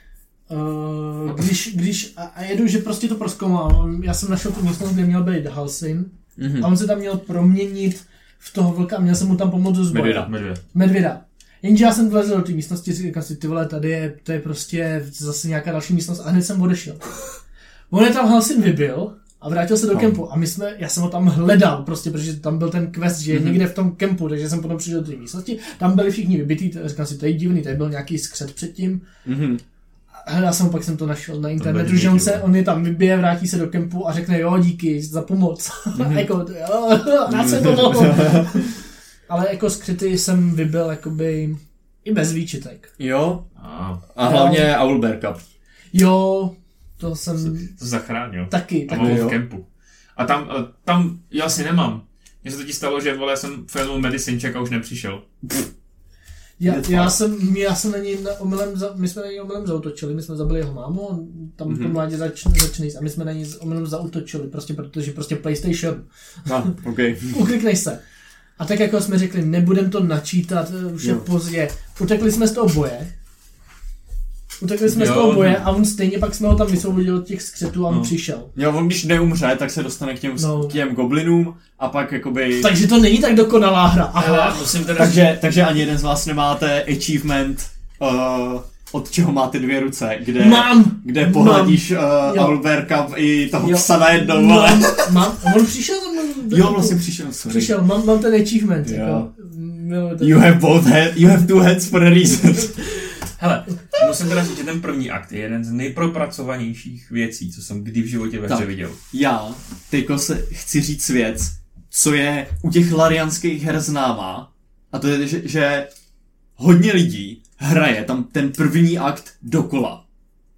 uh, když, když a, a jedu, že prostě to prozkoumám, já jsem našel tu místnost, kde měl být Halsin Mhm. a on se tam měl proměnit v toho vlka, měl jsem mu tam pomoct do zboje. Medvěda. Medvěd. Medvěda. Jenže já jsem vlezl do té místnosti, říkám si, ty vole, tady je, to je prostě zase nějaká další místnost a hned jsem odešel. On je tam Halsin vybil a vrátil se do No. kempu a my jsme, já jsem ho tam hledal prostě, protože tam byl ten quest, že je Mhm. někde v tom kempu, takže jsem potom přišel do té místnosti, tam byli všichni vybitý, t- říkám si, to je divný, tady byl nějaký skřet předtím. Mhm. A hledal jsem ho, pak jsem to našel na internetu, díky, že on, se, vole. on je tam vybije, vrátí se do kempu a řekne, jo, díky za pomoc. Mhm. A jako, jo, rád se pomohl. Ale jako skryty jsem vybil jakoby i bez výčitek. Jo, A a hlavně Owlbear Cup. Jo, to jsem to zachránil. taky, A taky. mám ho jo. v kempu. A tam, a tam já asi nemám. Mně se totiž stalo, že vole, jsem filmul Medicine Check a už nepřišel. Já, Je to já fakt. jsem, já jsem na něj na omylem, za, my jsme na něj omylem zautočili, my jsme zabili jeho mámu, on tam mm-hmm. Mhm. po mládě začne, začne jíst a my jsme na něj omylem zautočili, prostě protože prostě PlayStation, Ah, ok. ukliknej se. A tak jako jsme řekli, nebudem to načítat, už je Jo. pozdě. Utekli jsme z toho boje. Utekli jsme Jo, z toho boje no. a on stejně pak jsme ho tam vysvobodili od těch skřetů a on No. přišel. Jo, on když neumře, tak se dostane k těm, No. k těm goblinům a pak jakoby... Takže to není tak dokonalá hra. Ale Aha. musím teda Takže, takže ani jeden z vás nemáte achievement, uh, od čeho máte dvě ruce, kde, Mám! kde pohladíš uh, Jo. Owlbear Cup i toho Jo. psa najednou, ale... Mám, mám, on přišel za mnou. do Jo, kempu. vlastně přišel, sorry. Přišel, mám, mám ten achievement. Jo. Jako, no, to- You have both hand, you have two hands for a reason. Hele, musím teda říct, že ten první akt je jeden z nejpropracovanějších věcí, co jsem kdy v životě ve hře Tak. viděl. Já teďko se chci říct věc, co je u těch larianských her známá, a to je, že, že hodně lidí hraje tam ten první akt dokola.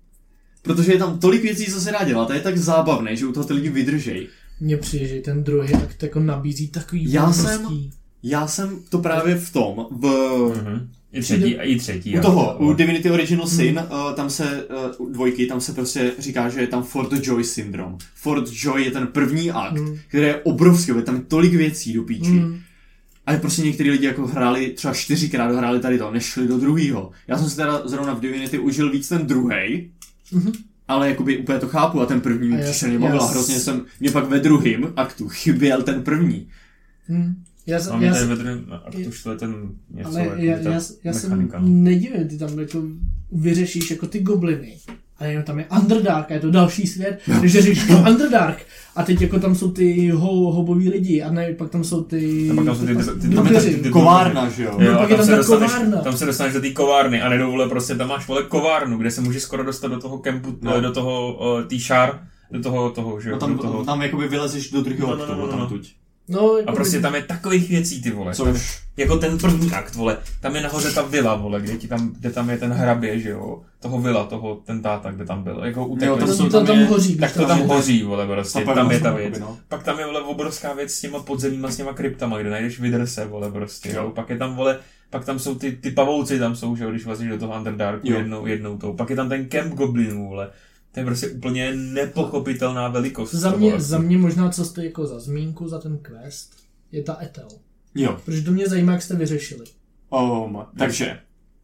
Protože je tam tolik věcí, co se dá dělat, a je tak zábavný, že u toho ty lidi vydržej. Mně přijde, že ten druhý akt jako nabízí takový Já možností. Já jsem to právě v tom, v... Mhm. I třetí, i třetí. U akt, toho, jo. u Divinity Original Sin, uh, tam se, uh, u dvojky, tam se prostě říká, že je tam Fort Joy syndrom. Fort Joy je ten první akt, Mm. který je obrovský, je tam tolik věcí do píči. Mm. A prostě některý lidi jako hráli, třeba čtyřikrát dohráli tady to, nešli do druhého. Já jsem si teda zrovna v Divinity užil víc ten druhej, Mhm. ale jakoby úplně to chápu a ten první A mi já- příšerně bavil a já s- hrozně jsem, mě pak ve druhém aktu chyběl ten první. Mm. Já, Máme já, tady já, ve druhém aktu šle ten něco, ale jako já, ta já, já se mechanika, no. nedivím, ty tam jako vyřešíš jako ty gobliny. A jenom tam je Underdark a je to další svět, takže řešíš Underdark. A teď jako tam jsou ty ho, hobový lidi a ne, pak tam jsou ty... A pak tam jsou ty, ty, ty, Tam je ta drukeři. kovárna, že jo? Jo, No, a pak je tam tam se, ta dostaneš, kovárna. tam se dostaneš do té kovárny a nedou, vole, prostě tam máš, vole, kovárnu, kde se můžeš skoro dostat do toho kempu, No. no. do toho, uh, tý šár, do toho, toho, že jo, No tam, do toho. tam jakoby vylezeš do druhého No, no, aktu, no, no, tam no. tuď. No, jako A prostě tam je takových věcí, ty vole. Tam, Což, jako ten první akt, vole. Tam je nahoře ta vila, vole, kde, ti tam, kde tam je ten hrabě, že jo. Toho vila, toho, ten táta, kde tam byl. Jako utekli. Jo, tam to, jsou- to tam je- hoří. tak to když tam je- hoří, vole, prostě. ta Tam je ta pevnost, věc. no. Pak tam je, vole, obrovská věc s těma podzemíma, s těma kryptama, kde najdeš vydrse, vole, prostě, jo. Jo. Pak je tam, vole, pak tam jsou ty, ty pavouci, tam jsou, že jo, když vlezeš do toho Underdarku Jo. jednou, jednou tou. Pak je tam ten kemp goblinů, vole. To je prostě úplně nepochopitelná velikost. Za toho mě, aktu. za mě možná, co stojí jako za zmínku, za ten quest, je ta Ethel. Jo. Protože to mě zajímá, jak jste vyřešili. Um, takže,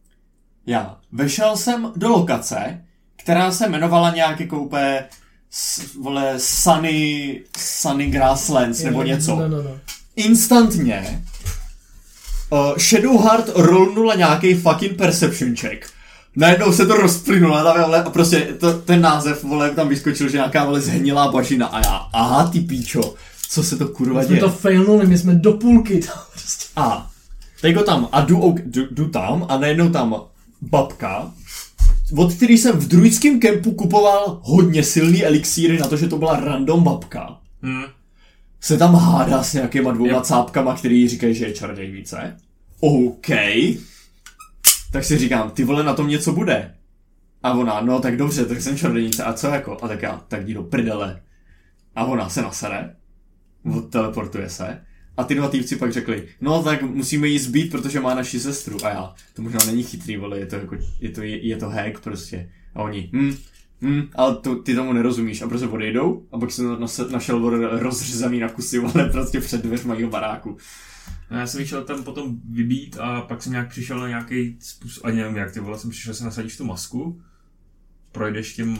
já vešel jsem do lokace, která se jmenovala nějak jako úplně, s, vole, Sunny, Sunny Grasslands nebo něco. No, no, no. Instantně uh, Shadowheart rollnula nějaký fucking perception check. Najednou se to rozplynulo vole, a prostě to, ten název, vole, tam vyskočil, že nějaká, vole, zhnilá bažina a já, aha, ty píčo, co se to kurva My jsme děje. to failnuli, my jsme do půlky tam prostě. A teď go tam a jdu, ok- jdu, jdu tam a najednou tam babka, od který jsem v druidském kempu kupoval hodně silný elixíry na to, že to byla random babka, Hm. se tam hádá s nějakýma dvouma Jo. cápkama, který říkají, že je čarodějnice. OK. Tak si říkám, ty vole, na tom něco bude. A ona, no tak dobře, tak jsem čarodějnice, a co jako? A tak já, tak jdi do prdele. A ona se nasere, teleportuje se. A ty dva týpci pak řekli, no tak musíme jí zbít, protože má naši sestru. A já, to možná není chytrý, vole, je to, jako, je to, je, je to hack prostě. A oni, hm, hm, ale to, ty tomu nerozumíš. A prostě odejdou. A pak jsem našel rozřezaný na kusy, vole, prostě před dveřma jeho baráku. No, já jsem vyšel tam potom vybít a pak jsem nějak přišel na nějaký způsob, ani nevím jak ty vole, jsem přišel se nasadíš tu masku, projdeš tím uh,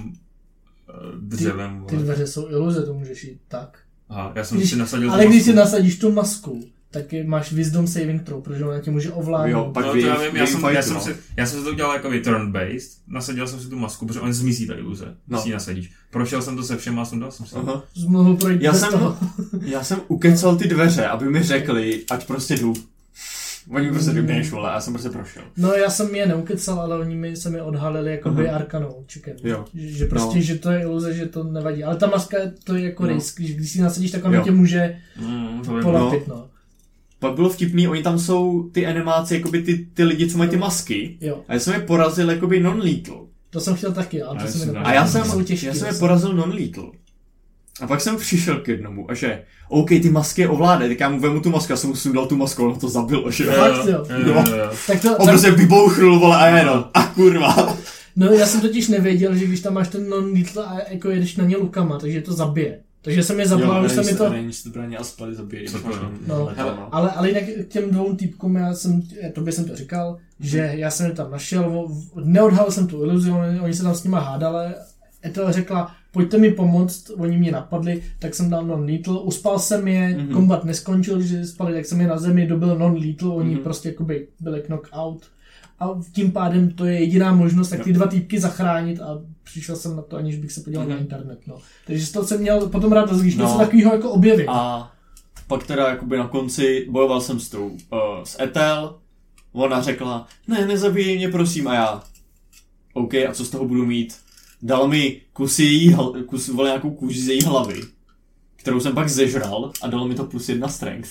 dřevem. Ty, ty dveře jsou iluze, to můžeš jít tak. Aha, já jsem když, si nasadil ale tu když masku. si nasadíš tu masku, tak je, máš wisdom saving throw, protože ona tě může ovládnout. Jo, pak no, vy, to já vím, já jsem, fightu, já, jsem no. si, já jsem si to udělal jako turn-based, nasadil jsem si tu masku, protože on zmizí ta iluze, no. si ji nasadíš. Prošel jsem to se všema a sundal jsem si. Aha. Mohl projít Já bez jsem, toho. já jsem ukecal ty dveře, aby mi řekli, ať prostě jdu. Oni mi prostě jdu, běž, vole, a já jsem prostě prošel. No já jsem je neukecal, ale oni mi, se mi odhalili jakoby Aha. arkanou chicken. Jo. Že prostě, No. že to je iluze, že to nevadí. Ale ta maska, to je jako No. risk, že když si ji nasadíš, tak ona Jo. tě může Mm, to vím. polapit, no. Pak bylo vtipný, oni tam jsou ty animáci, jakoby ty, ty lidi, co mají ty masky. Jo. A já jsem je porazil jakoby non-lethal. To jsem chtěl taky, ale A to já se mi jsem- nepovedlo. A já jsem, Jsou těžký, já jsem je zase. porazil non-lethal. A pak jsem přišel k jednomu a že, OK, ty masky je ovládají, tak já mu vemu tu masku, já jsem mu sundal tu masku, ono to zabilo, že jo. Fakt, jo. jo, jo, jo. Tak to, On tak, prostě vybouchnul, vole, a jenom, a kurva. no já jsem totiž nevěděl, že když tam máš ten non-lethal a jako jedeš na ně lukama, takže to zabije. Takže jsem je zabil, ale už jsem mi to... Range zbraně a spaly zabíjí. Co to je? No, ale, ale jinak k těm dvou týpkům, já jsem, tobě jsem to říkal, že já jsem je tam našel, neodhalil jsem tu iluzi, oni, oni se tam s nima hádali, Ethel řekla, pojďte mi pomoct, oni mě napadli, tak jsem dal non-lethal, uspal jsem je, mm-hmm. kombat neskončil, když je spali, tak jsem je na zemi dobil non-lethal, oni mm-hmm. prostě jakoby byli knock-out. A tím pádem to je jediná možnost, tak ty dva týpky zachránit a přišel jsem na to, aniž bych se podíval mm-hmm. na internet. No. Takže z toho jsem měl potom rád, když no. něco takového jako objevit. A pak teda jakoby na konci bojoval jsem s tou, uh, s Ethel, ona řekla, ne, nezabíjej mě prosím, a já, OK, a co z toho budu mít? Dala mi kus její, kus, vole, nějakou kůži z její hlavy, kterou jsem pak zežral a dala mi to plus jedna strength.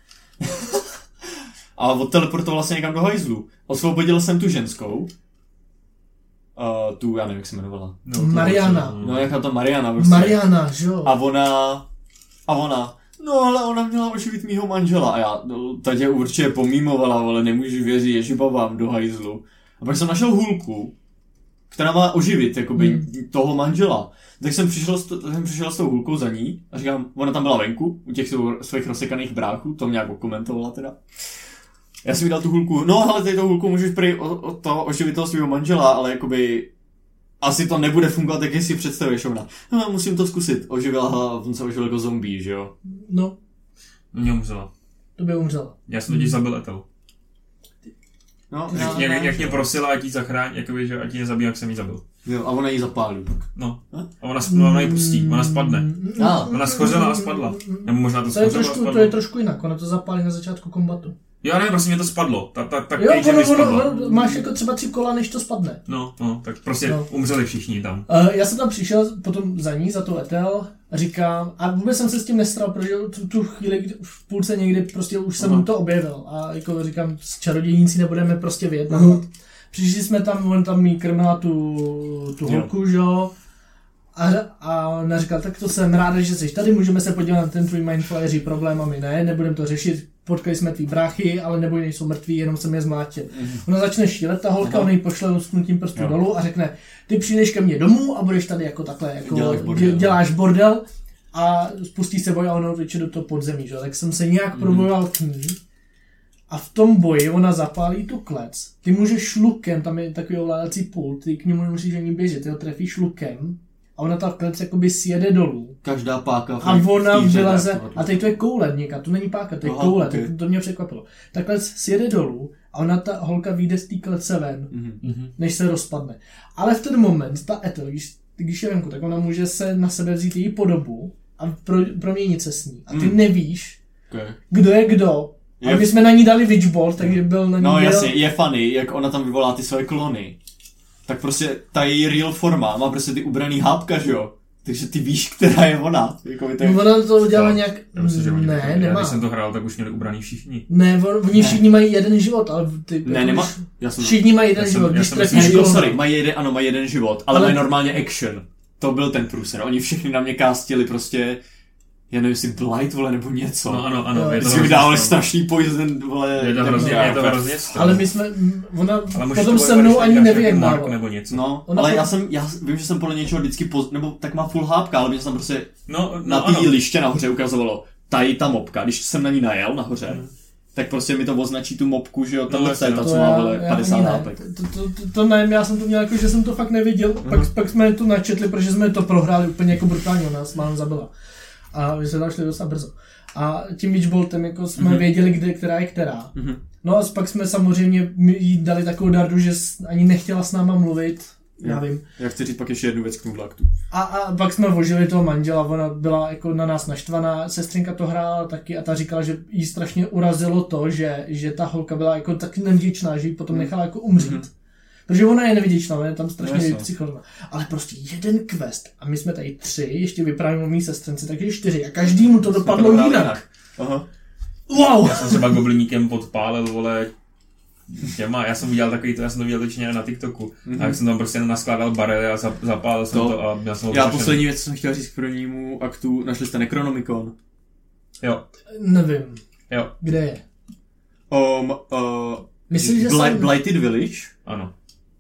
A odteleportovala se někam do hajzlu. Osvobodil jsem tu ženskou, uh, tu, já nevím, jak se jmenovala. No, Mariana. No, jaká to Mariana. Prostě. Mariana, že jo? A ona, a ona, no ale ona měla oživit mýho manžela. A já, no, ta tě určitě pomímovala, ale nemůžu věřit, ježibabám do hajzlu. A pak jsem našel hůlku, která má oživit, jakoby, hmm. toho manžela. Tak jsem přišel, s to, jsem přišel s tou hůlkou za ní a říkám, ona tam byla venku, u těch svých rozsekaných bráchů, to mě nějak komentovala teda. Já jsem jí dal tu hůlku, no hele, tady tou hůlkou můžeš prý o, o toho oživit toho svého manžela, ale jakoby asi to nebude fungovat, jak si představuješ ona. No, musím to zkusit. Oživila, on se oživil jako zombie, že jo? No, Mě umřela. to by umřela. Já jsem totiž zabil Ethel. No, No, Jak, no, jak, jak no. mě prosila, ať jí zachrání, jakoby, že ať ji nezabiju, jak jsem jí zabil. jo, a ona jí zapálí. No. A ona, ona ji pustí, ona spadne. A, Ona schořela a spadla. Nebo možná to To je, schořela a trošku, spadla. to je trošku jinak, ono to zapálí na začátku kombatu. Jo, ne, prostě mě to spadlo. Ta, ta, ta Jo, cage mi ono, spadla. ono, ono, máš jako třeba tři kola, než to spadne. No, no, tak prostě No. umřeli všichni tam. Uh, já jsem tam přišel potom za ní, za tu Ethel, a říkám, a vůbec jsem se s tím nestral, protože tu, tu chvíli kdy, v půlce někdy prostě už jsem Aha. to objevil a jako říkám, s čarodějníci nebudeme prostě vyjednávat. Přišli jsme tam, on tam jí krmila tu, tu holku, že jo, a, a ona říkala, tak to jsem ráda, že jsi tady, můžeme se podívat na ten tvůj mindflayeří problém a my ne, nebudeme to řešit, potkali jsme tvý bráchy, ale neboj, nejsou mrtví, jenom jsem je zmlátil. Mm-hmm. Ona začne šílet, ta holka, Aha. ona jí pošle lusknutím prstu Jo. dolů a řekne, ty přijdeš ke mně domů a budeš tady jako takhle, jako Děláš bordel. dě, děláš bordel a spustí se boj a ono teče do toho podzemí, že? Tak jsem se nějak mm-hmm. probojoval k ní a v tom boji ona zapálí tu klec, ty můžeš lukem, tam je takový ovládací pult, ty k němu nemusíš ani běžet, ty ho trefíš lukem a ona ta klec jakoby sjede dolů. každá páka. A ona v týře, vyleze, tak, a teď to je koule něka, to není páka, to je Aha, koule, okay. tak to mě překvapilo. Ta klec sjede dolů a ona ta holka vyjde z té klece ven, Mhm. než se rozpadne. Ale v ten moment, ta Ethel, když, když je venku, tak ona může se na sebe vzít její podobu a pro, proměnit se s ní. A ty Mm. nevíš, Okay. kdo je kdo. Je- A my jsme na ní dali witchbolt, takže byl na ní No byl... jasně, je funny, jak ona tam vyvolá ty svoje klony. Tak prostě ta její real forma má prostě ty ubraný hápka, že jo? Takže ty víš, která je ona. Jako by to je... No, ona to udělala nějak... Já myslím, že oni ne, to, já, nemá. když jsem to hrál, tak už měli ubraný všichni. Ne, on, oni všichni mají jeden život, ale ty... Ne, jako nemá... když- Já jsem... Všichni mají jeden Já jsem- život, já když jsem trefíš myslel, Ne, jo, klona. sorry, mají jeden, ano, mají jeden život, ale, Ale- mají normálně action. To byl ten průser. Oni všichni na mě kástili prostě, já nevím, jestli Blight, vole, nebo něco. No ano, ano. Jo. Je to Vždycky mi hrozně dávali strong. strašný poison, vole. Je to hrozně, já, je to úplně- hrozně strong. Ale my jsme... m, Ona Ale můžeš potom to se bojovat, mnou když ani tak dáš nevyjednávala. nějaký mark nebo něco. No, Ona ale pod- já jsem, já vím, že jsem podle něčeho vždycky, poz, nebo tak má full hápka, ale mě jsem prostě No, no na té ano. liště nahoře ukazovalo, tady ta mopka, když jsem na ní najel nahoře, Hmm. tak prostě mi to označí tu mopku, že jo, No, tahle jasně, je ta, no. co má, vole, padesát ani ne. hápek. To, to, to, to ne, já jsem to měl jako, že jsem to fakt neviděl, Mhm. pak, pak jsme to načetli, protože jsme to prohráli úplně jako brutálně, ona nás málem zabila. A my jsme tam šli docela brzo. A tím Witchboltem jako jsme Mhm. věděli, kde, která je která. Mhm. No a pak jsme samozřejmě jí dali takovou dardu, že s- ani nechtěla s náma mluvit, já Jo. vím. Já chci říct pak ještě jednu věc k tomu aktu. A, a pak jsme vožili toho manžela, ona byla jako na nás naštvaná, sestřinka to hrála taky a ta říkala, že jí strašně urazilo to, že, že ta holka byla jako tak nevděčná, že ji potom nechala jako umřít. Mhm. Protože ona je nevděčná, ona je tam strašně Jasně. psychologná. Ale prostě jeden quest a my jsme tady tři, ještě vyprávíme o mý sestřence, takže čtyři a každému to dopadlo hráli jinak. Aha. Wow! Já jsem třeba gobliníkem podpálil, vole, těma, já jsem udělal takový to, já jsem to viděl točně na TikToku. Mhm. A jak jsem tam prostě jenom naskládal barely a zap- zapálil jsem To- to, a měl jsem ho Já vyřešený. poslední věc, co jsem chtěl říct k prvnímu aktu, našli jste Necronomicon. Jo, Nevím, jo, kde je. Um, uh, Myslím, že Bli- jsem... Blighted Village. ano.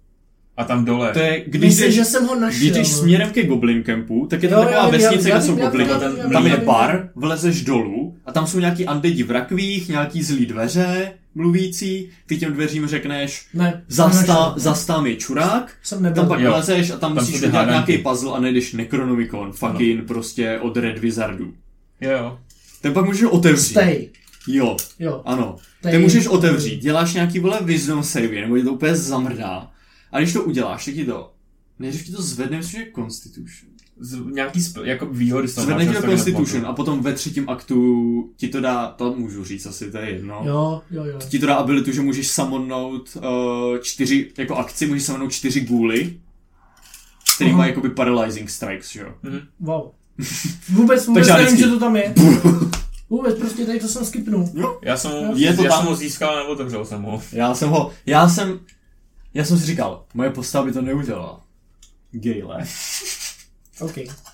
A tam dole. To je, když Myslím, jdeš, že jsem ho našel. když jdeš no. směrem ke Goblin Campu, tak je to Jo, taková já vím, vesnice, já kde vím, jsou já vím, goblini. já vím, já vím, Tam já je vím. bar, vlezeš dolů a tam jsou nějaký undeadi v rakvích, nějaký zlý dveře mluvící, ty těm dveřím řekneš Ne, zastá, našel. zastám je čurák, Jsem nebyl. tam pak Jo. vlezeš a tam, Tam musíš jsou ty udělat hádanky. nějaký puzzle a najdeš Necronomicon, fucking prostě od Red Wizardu. Jo, jo. Ten pak můžeš otevřít. Stay. Jo, Jo. ano. Stay. Ty můžeš otevřít, děláš nějaký vole wisdom save, nebo je to úplně zamrdá. A když to uděláš, tak ti to, nejdřív ti to zvedne, myslím, že Constitution. Z, nějaký sp- jako výhody z toho. Zvedne ti máš, to já si taky Constitution a nepamatuju. potom ve třetím aktu ti to dá, to můžu říct, asi to je jedno. Jo, jo, jo. Ti to dá abilitu, že můžeš summonout uh, čtyři, jako akci, můžeš summonout čtyři gůly, který Aha. má jakoby paralyzing strikes, že jo. Wow. Vůbec, vůbec Tak nevím, žádný že to tam je. Vůbec, prostě tady to jsem skipnul. Já jsem, ho- Je to já tam. jsem ho získal, nebo otevřel jsem ho. Já jsem ho, já jsem, já jsem si říkal, moje postava by to neudělala. Gale. OK.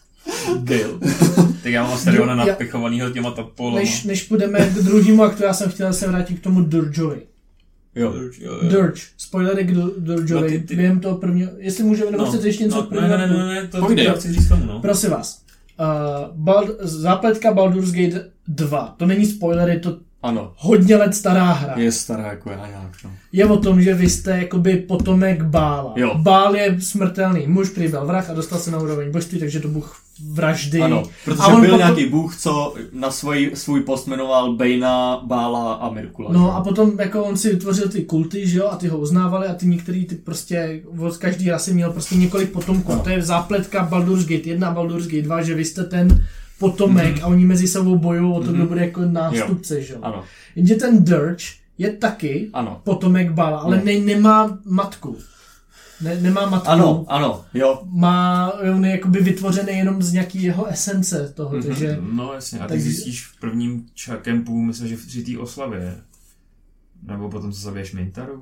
Gale. Tak já mám Asteriona Jo, já- nadpichovanýho těma tapolama. Než, než půjdeme k druhému aktu, já jsem chtěl se vrátit k tomu Durjovi. Jo. Dirge. Spoilery k Dur- Durjovi. No, ty- ty- Během toho prvního, jestli můžeme, nebo No, chcete ještě něco no, k prvnímu ne, ne, aktu? ne, ne, to, Povídej. to já chci říct tomu, no. Prosím vás. Uh, Bald, zápletka Baldur's Gate dva. To není spoiler, je to Ano. hodně let stará hra. Je stará jako já nějak, no. Je o tom, že vy jste jakoby potomek Bála. Jo. Bál je smrtelný muž, který byl vrah a dostal se na úroveň božství, takže to bůh vraždy. Ano, protože A on byl potom- nějaký bůh, co na svůj, svůj post jmenoval Bejna, Bála a Mirkula. No a potom jako on si vytvořil ty kulty, že jo, a ty ho uznávali a ty některý ty prostě od každý rasy měl prostě několik potomků. Ano. To je zápletka Baldur's Gate jedna, Baldur's Gate dva, že vy jste ten potomek mm-hmm. a oni mezi sebou bojují o to, kdo Mhm. bude jako nástupce, že jo. Ano, Jenže ten Dirge je taky ano. potomek Bala, ale No. ne, nemá matku. Ne, nemá matku. Ano, ano, jo. Má, on je jakoby vytvořený jenom z nějaký jeho esence toho, Mhm. takže No jasně, a ty Takže- zjistíš v prvním ča- kempu, myslím, že v třetí oslavě. Nebo potom co zabiješ Mintaru?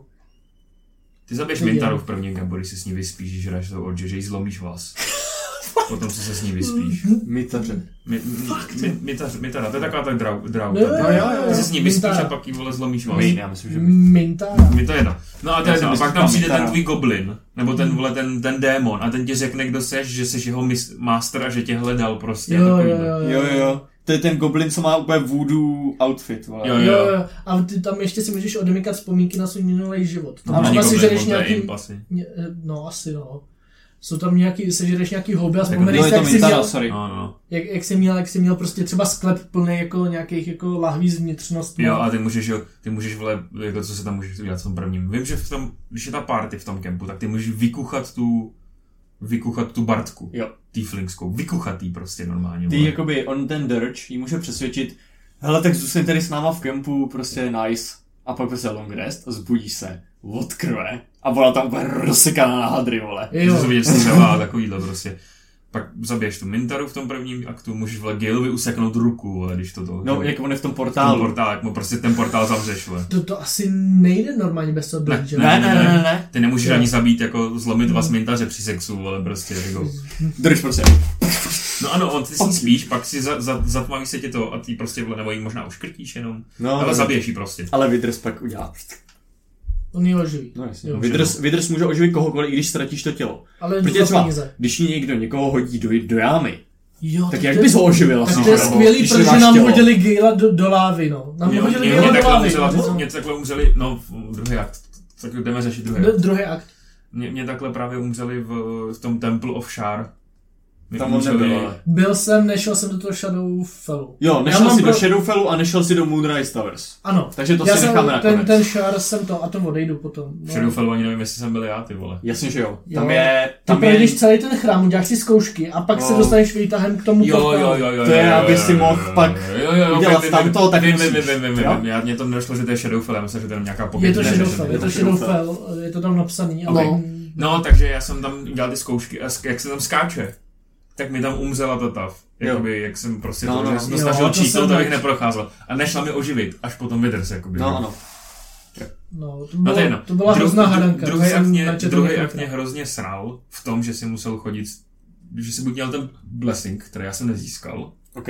Ty zabiješ Nevím. Mintaru v prvním kempu, když se s ní vyspíš, že žráš to od že jí zlomíš vás. Potom co se s ní vyspíš. Mitaře. Mi, mi, mi, mitař, mitara, to je taková ta drau, drau Jo, jo, ta- jo, jo. Ty se s ní vyspíš Mintara. a pak jí vole zlomíš vás. Min, já myslím, že min. Mintara. Mi to je jedno. No a to je Já jedno. A jsem pak tam myslel, přijde ten Mintara. tvůj goblin, nebo ten vole ten, ten démon a ten ti řekne, kdo seš, že seš jeho mis- master a že tě hledal prostě. Jo, a jo, takovýhle. jo, Jo, jo, jo. To je ten goblin, co má úplně voodoo outfit, vole. Jo, Jo, jo. A ty tam ještě si můžeš odemykat vzpomínky na svůj minulý život. To Tam není třeba si goblin, žereš on to je nějaký... imp asi. ně- No, asi no. Jsou tam nějaký, sežereš nějaký houby a Tak vzpomeneš No, si, je to jak jsi Mintara, měl, sorry. No, no. jak, jak jsi měl, jak jsi měl prostě třeba sklep plný jako nějakých jako lahví z vnitřností. Jo, a ty můžeš, jo, ty můžeš, vole, jako co se tam můžeš udělat v tom prvním. Vím, že v tom, když je ta party v tom kempu, tak ty můžeš vykuchat tu, vykuchat tu Bartku. Jo. Tieflingskou. Vykuchat jí prostě normálně. Ty vole. jakoby, on ten Dirge, jí může přesvědčit, hele, tak zůstaň tady s náma v kempu, prostě nice. A pak prostě long rest a zbudíš se od krve. A byla tam úplně rozsekaná na hadry, vole. Můžeš Jo. to vidět střeva a takovýhle prostě. pak zabiješ tu Mintaru v tom prvním aktu, můžeš vole Galeovi useknout ruku, ale když to to... No, jak on je v tom v tom portálu. portálu, jak mu prostě ten portál zavřeš, vole. To, to asi nejde normálně bez toho dojít, že? Ne, ne, ne, ne, ne. Ty nemůžeš Jo. ani zabít, jako zlomit vás Mintaře při sexu, ale prostě jako... Drž prostě. No ano, on ty si spíš, pak si za, za, zatmaví se tě to a ty prostě, vole, nebo jí možná uškrtíš jenom, No, ale no. zabiješ jí prostě. Ale vydrz pak udělá. On ji oživí. No jasně. Jo. Vydrz, vydrz může oživit kohokoliv, i když ztratíš to tělo. Ale Protože za třeba, peníze. když někdo někoho hodí do, do jámy, Jo, tak to jak je- bys ho oživil Tak asi, to je nebo skvělý, když protože nemáš nám tělo? hodili Gala do, do lávy, no. Nám Mě, hodili mě, Gala mě, do takhle lávy. umřela, no. mě takhle umřeli, no, v druhý akt, tak jdeme řešit druhý D- akt. Druhý akt. Mě, mě takhle právě umřeli v, v tom Temple of Shar. Mě Tam on umřeli, nebyl, ale- ale. Byl jsem, nešel jsem do toho Shadowfellu. Jo, Já nešel mám si pro- do Shadowfellu a nešel si do Moonrise Towers. Ano. Takže to Já si jsem, necháme ten, nakonec. ten Shar jsem to, a to odejdu potom. V No. Shadowfellu ani nevím, jestli jsem byl já, ty vole. Jasně, že jo. Jo. Tam je... Ty Tam je... projdeš celý ten chrám, uděláš si zkoušky a pak No. se dostaneš výtahem k tomu Jo, portálu. jo, jo, jo. To je, jo, aby jo, si jo, mohl jo, pak jo, jo, jo, udělat vím, tamto, tak vím, musíš. vím, vím, vím, Jo? vím. Já, mě to nedošlo, že to je Shadowfell, já myslím, že to je nějaká Je pověď. to ne, Shadowfell, že- je to že- Shadowfell, je to tam napsaný, Ok. ale... No, takže já jsem tam dělal ty zkoušky a sk- jak se tam skáče, tak mi tam umřela ta tav. Jakoby, jak jsem prostě No, to, no, že jsem to jo, snažil to čísnout, jsem abych tak- neprocházel. A nešla mi oživit, až potom vydrz, jakoby. No, že? ano. No, to, No bylo, to je jedno. to byla Dru- hrozná dru- hadanka. Druhý to akt jsem mě, načetl druhý několikrát. akt mě hrozně sral v tom, že si musel chodit, že si buď měl ten blessing, který já jsem nezískal, OK.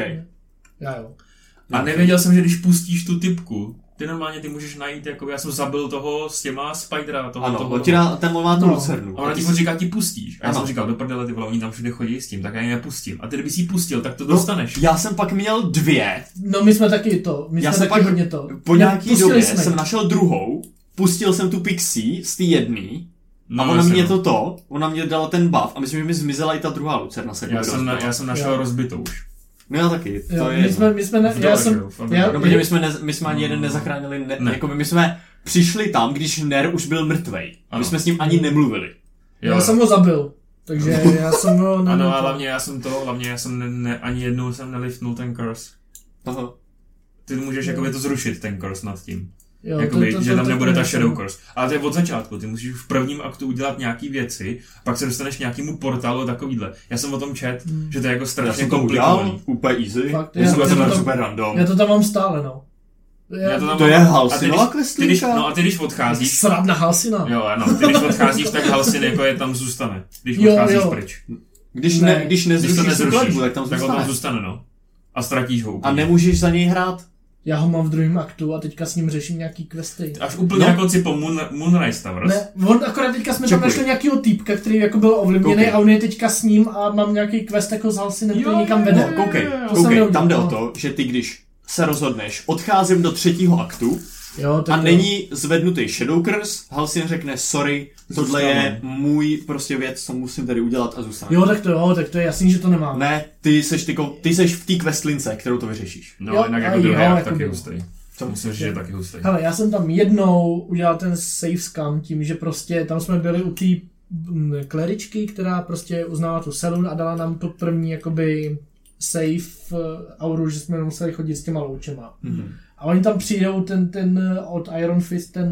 Já jo. a nevěděl jsem, že když pustíš tu typku, ty normálně ty můžeš najít, jako já jsem zabil toho s těma Spidera, toho, Ano, toho, on ti dá, ten má tu No. lucernu. a ona ti furt říká, ti pustíš. A já Ano. jsem říkal, do prdele, ty vole, oni tam všude chodí s tím, tak já ji nepustím. A ty kdyby si ji pustil, tak to dostaneš. Já jsem pak měl dvě. No my jsme taky to, my Já jsme jsem taky pak hodně to. po nějaký Pustili době jsme ji. jsem našel druhou, pustil jsem tu Pixie z té jedný No, a ona jasně, mě no. to to, ona mě dala ten buff a myslím, že mi zmizela i ta druhá lucerna. Se Já jsem, na, já jsem našel Jo. rozbitou už. No já taky, to Jo, je my jedno. jsme, my jsme, ne, V já dole, jsem, že jo, v já, No, protože my jsme, ne, my jsme ani jeden nezachránili, ne, Ne. Jako my jsme přišli tam, když Ner už byl mrtvej. Ano. My jsme s ním ani nemluvili. já jsem ho zabil, takže já jsem ho... Ano, nemohl- a hlavně já jsem to, hlavně já jsem ne, ne, ani jednou jsem neliftnul ten curse. Aha. Ty můžeš jakoby to zrušit, ten curse nad tím. Jo, Jakoby, to- to- že to- tam to- nebude to ta nechci. shadow curse. Ale to je od začátku, ty musíš už v prvním aktu udělat nějaký věci, pak se dostaneš k nějakému portálu takovýhle. Já jsem o tom čet, Hmm. že to je jako Já strašně jsem to komplikovaný. udělal, úplně easy. Fakt, já já- jsem já to to byl tam- super random. Já to tam mám stále, no. Já, Já tam To je mám- Halsinova a ty když- ty když, questlínka? No a ty když odcházíš, Srad na Halsina. jo ano, ty když odcházíš, tak Halsin jako je tam zůstane. Když Jo, odcházíš jo. pryč. Když, Ne. ne, když Když to nezrušíš tu nezrušíš, kletbu, tak tam tak on tam zůstane. zůstane, no. A ztratíš ho úplně. A nemůžeš za něj hrát? Já ho mám v druhém aktu a teďka s ním řeším nějaký questy. Až úplně No. na konci po Moon, Moonrise Towers. Ne, on akorát teďka jsme Čekuj. tam našli nějakýho týpka, který jako byl ovlivněný Koukej. a on je teďka s ním a mám nějaký quest jako s Halsinem, který Jo, někam jo, vede. jo, No, koukej, jo, jo. To jsem koukej, neudělal, tam jde o no. to, že ty když se rozhodneš, odcházím do třetího aktu Jo, tak a jo. není zvednutý Shadow Curse, Halsin řekne sorry, tohle Zůstane. je můj prostě věc, co musím tady udělat a zůstane. Jo, tak to jo, tak to je jasný, že to nemám. Ne, ty seš, tyko, ty seš v té questlince, kterou to vyřešíš. No, Jo, jinak a jako jo, druhý akt jako taky by- hustý. Co? Musím říct, že je taky hustý. Hele, já jsem tam jednou udělal ten save scam tím, že prostě tam jsme byli u té mm, kleričky, která prostě uznala tu Selûne a dala nám to první jakoby save uh, auru, že jsme museli chodit s těma loučema. Mhm. A oni tam přijdou ten, ten uh, od Iron Fist, ten,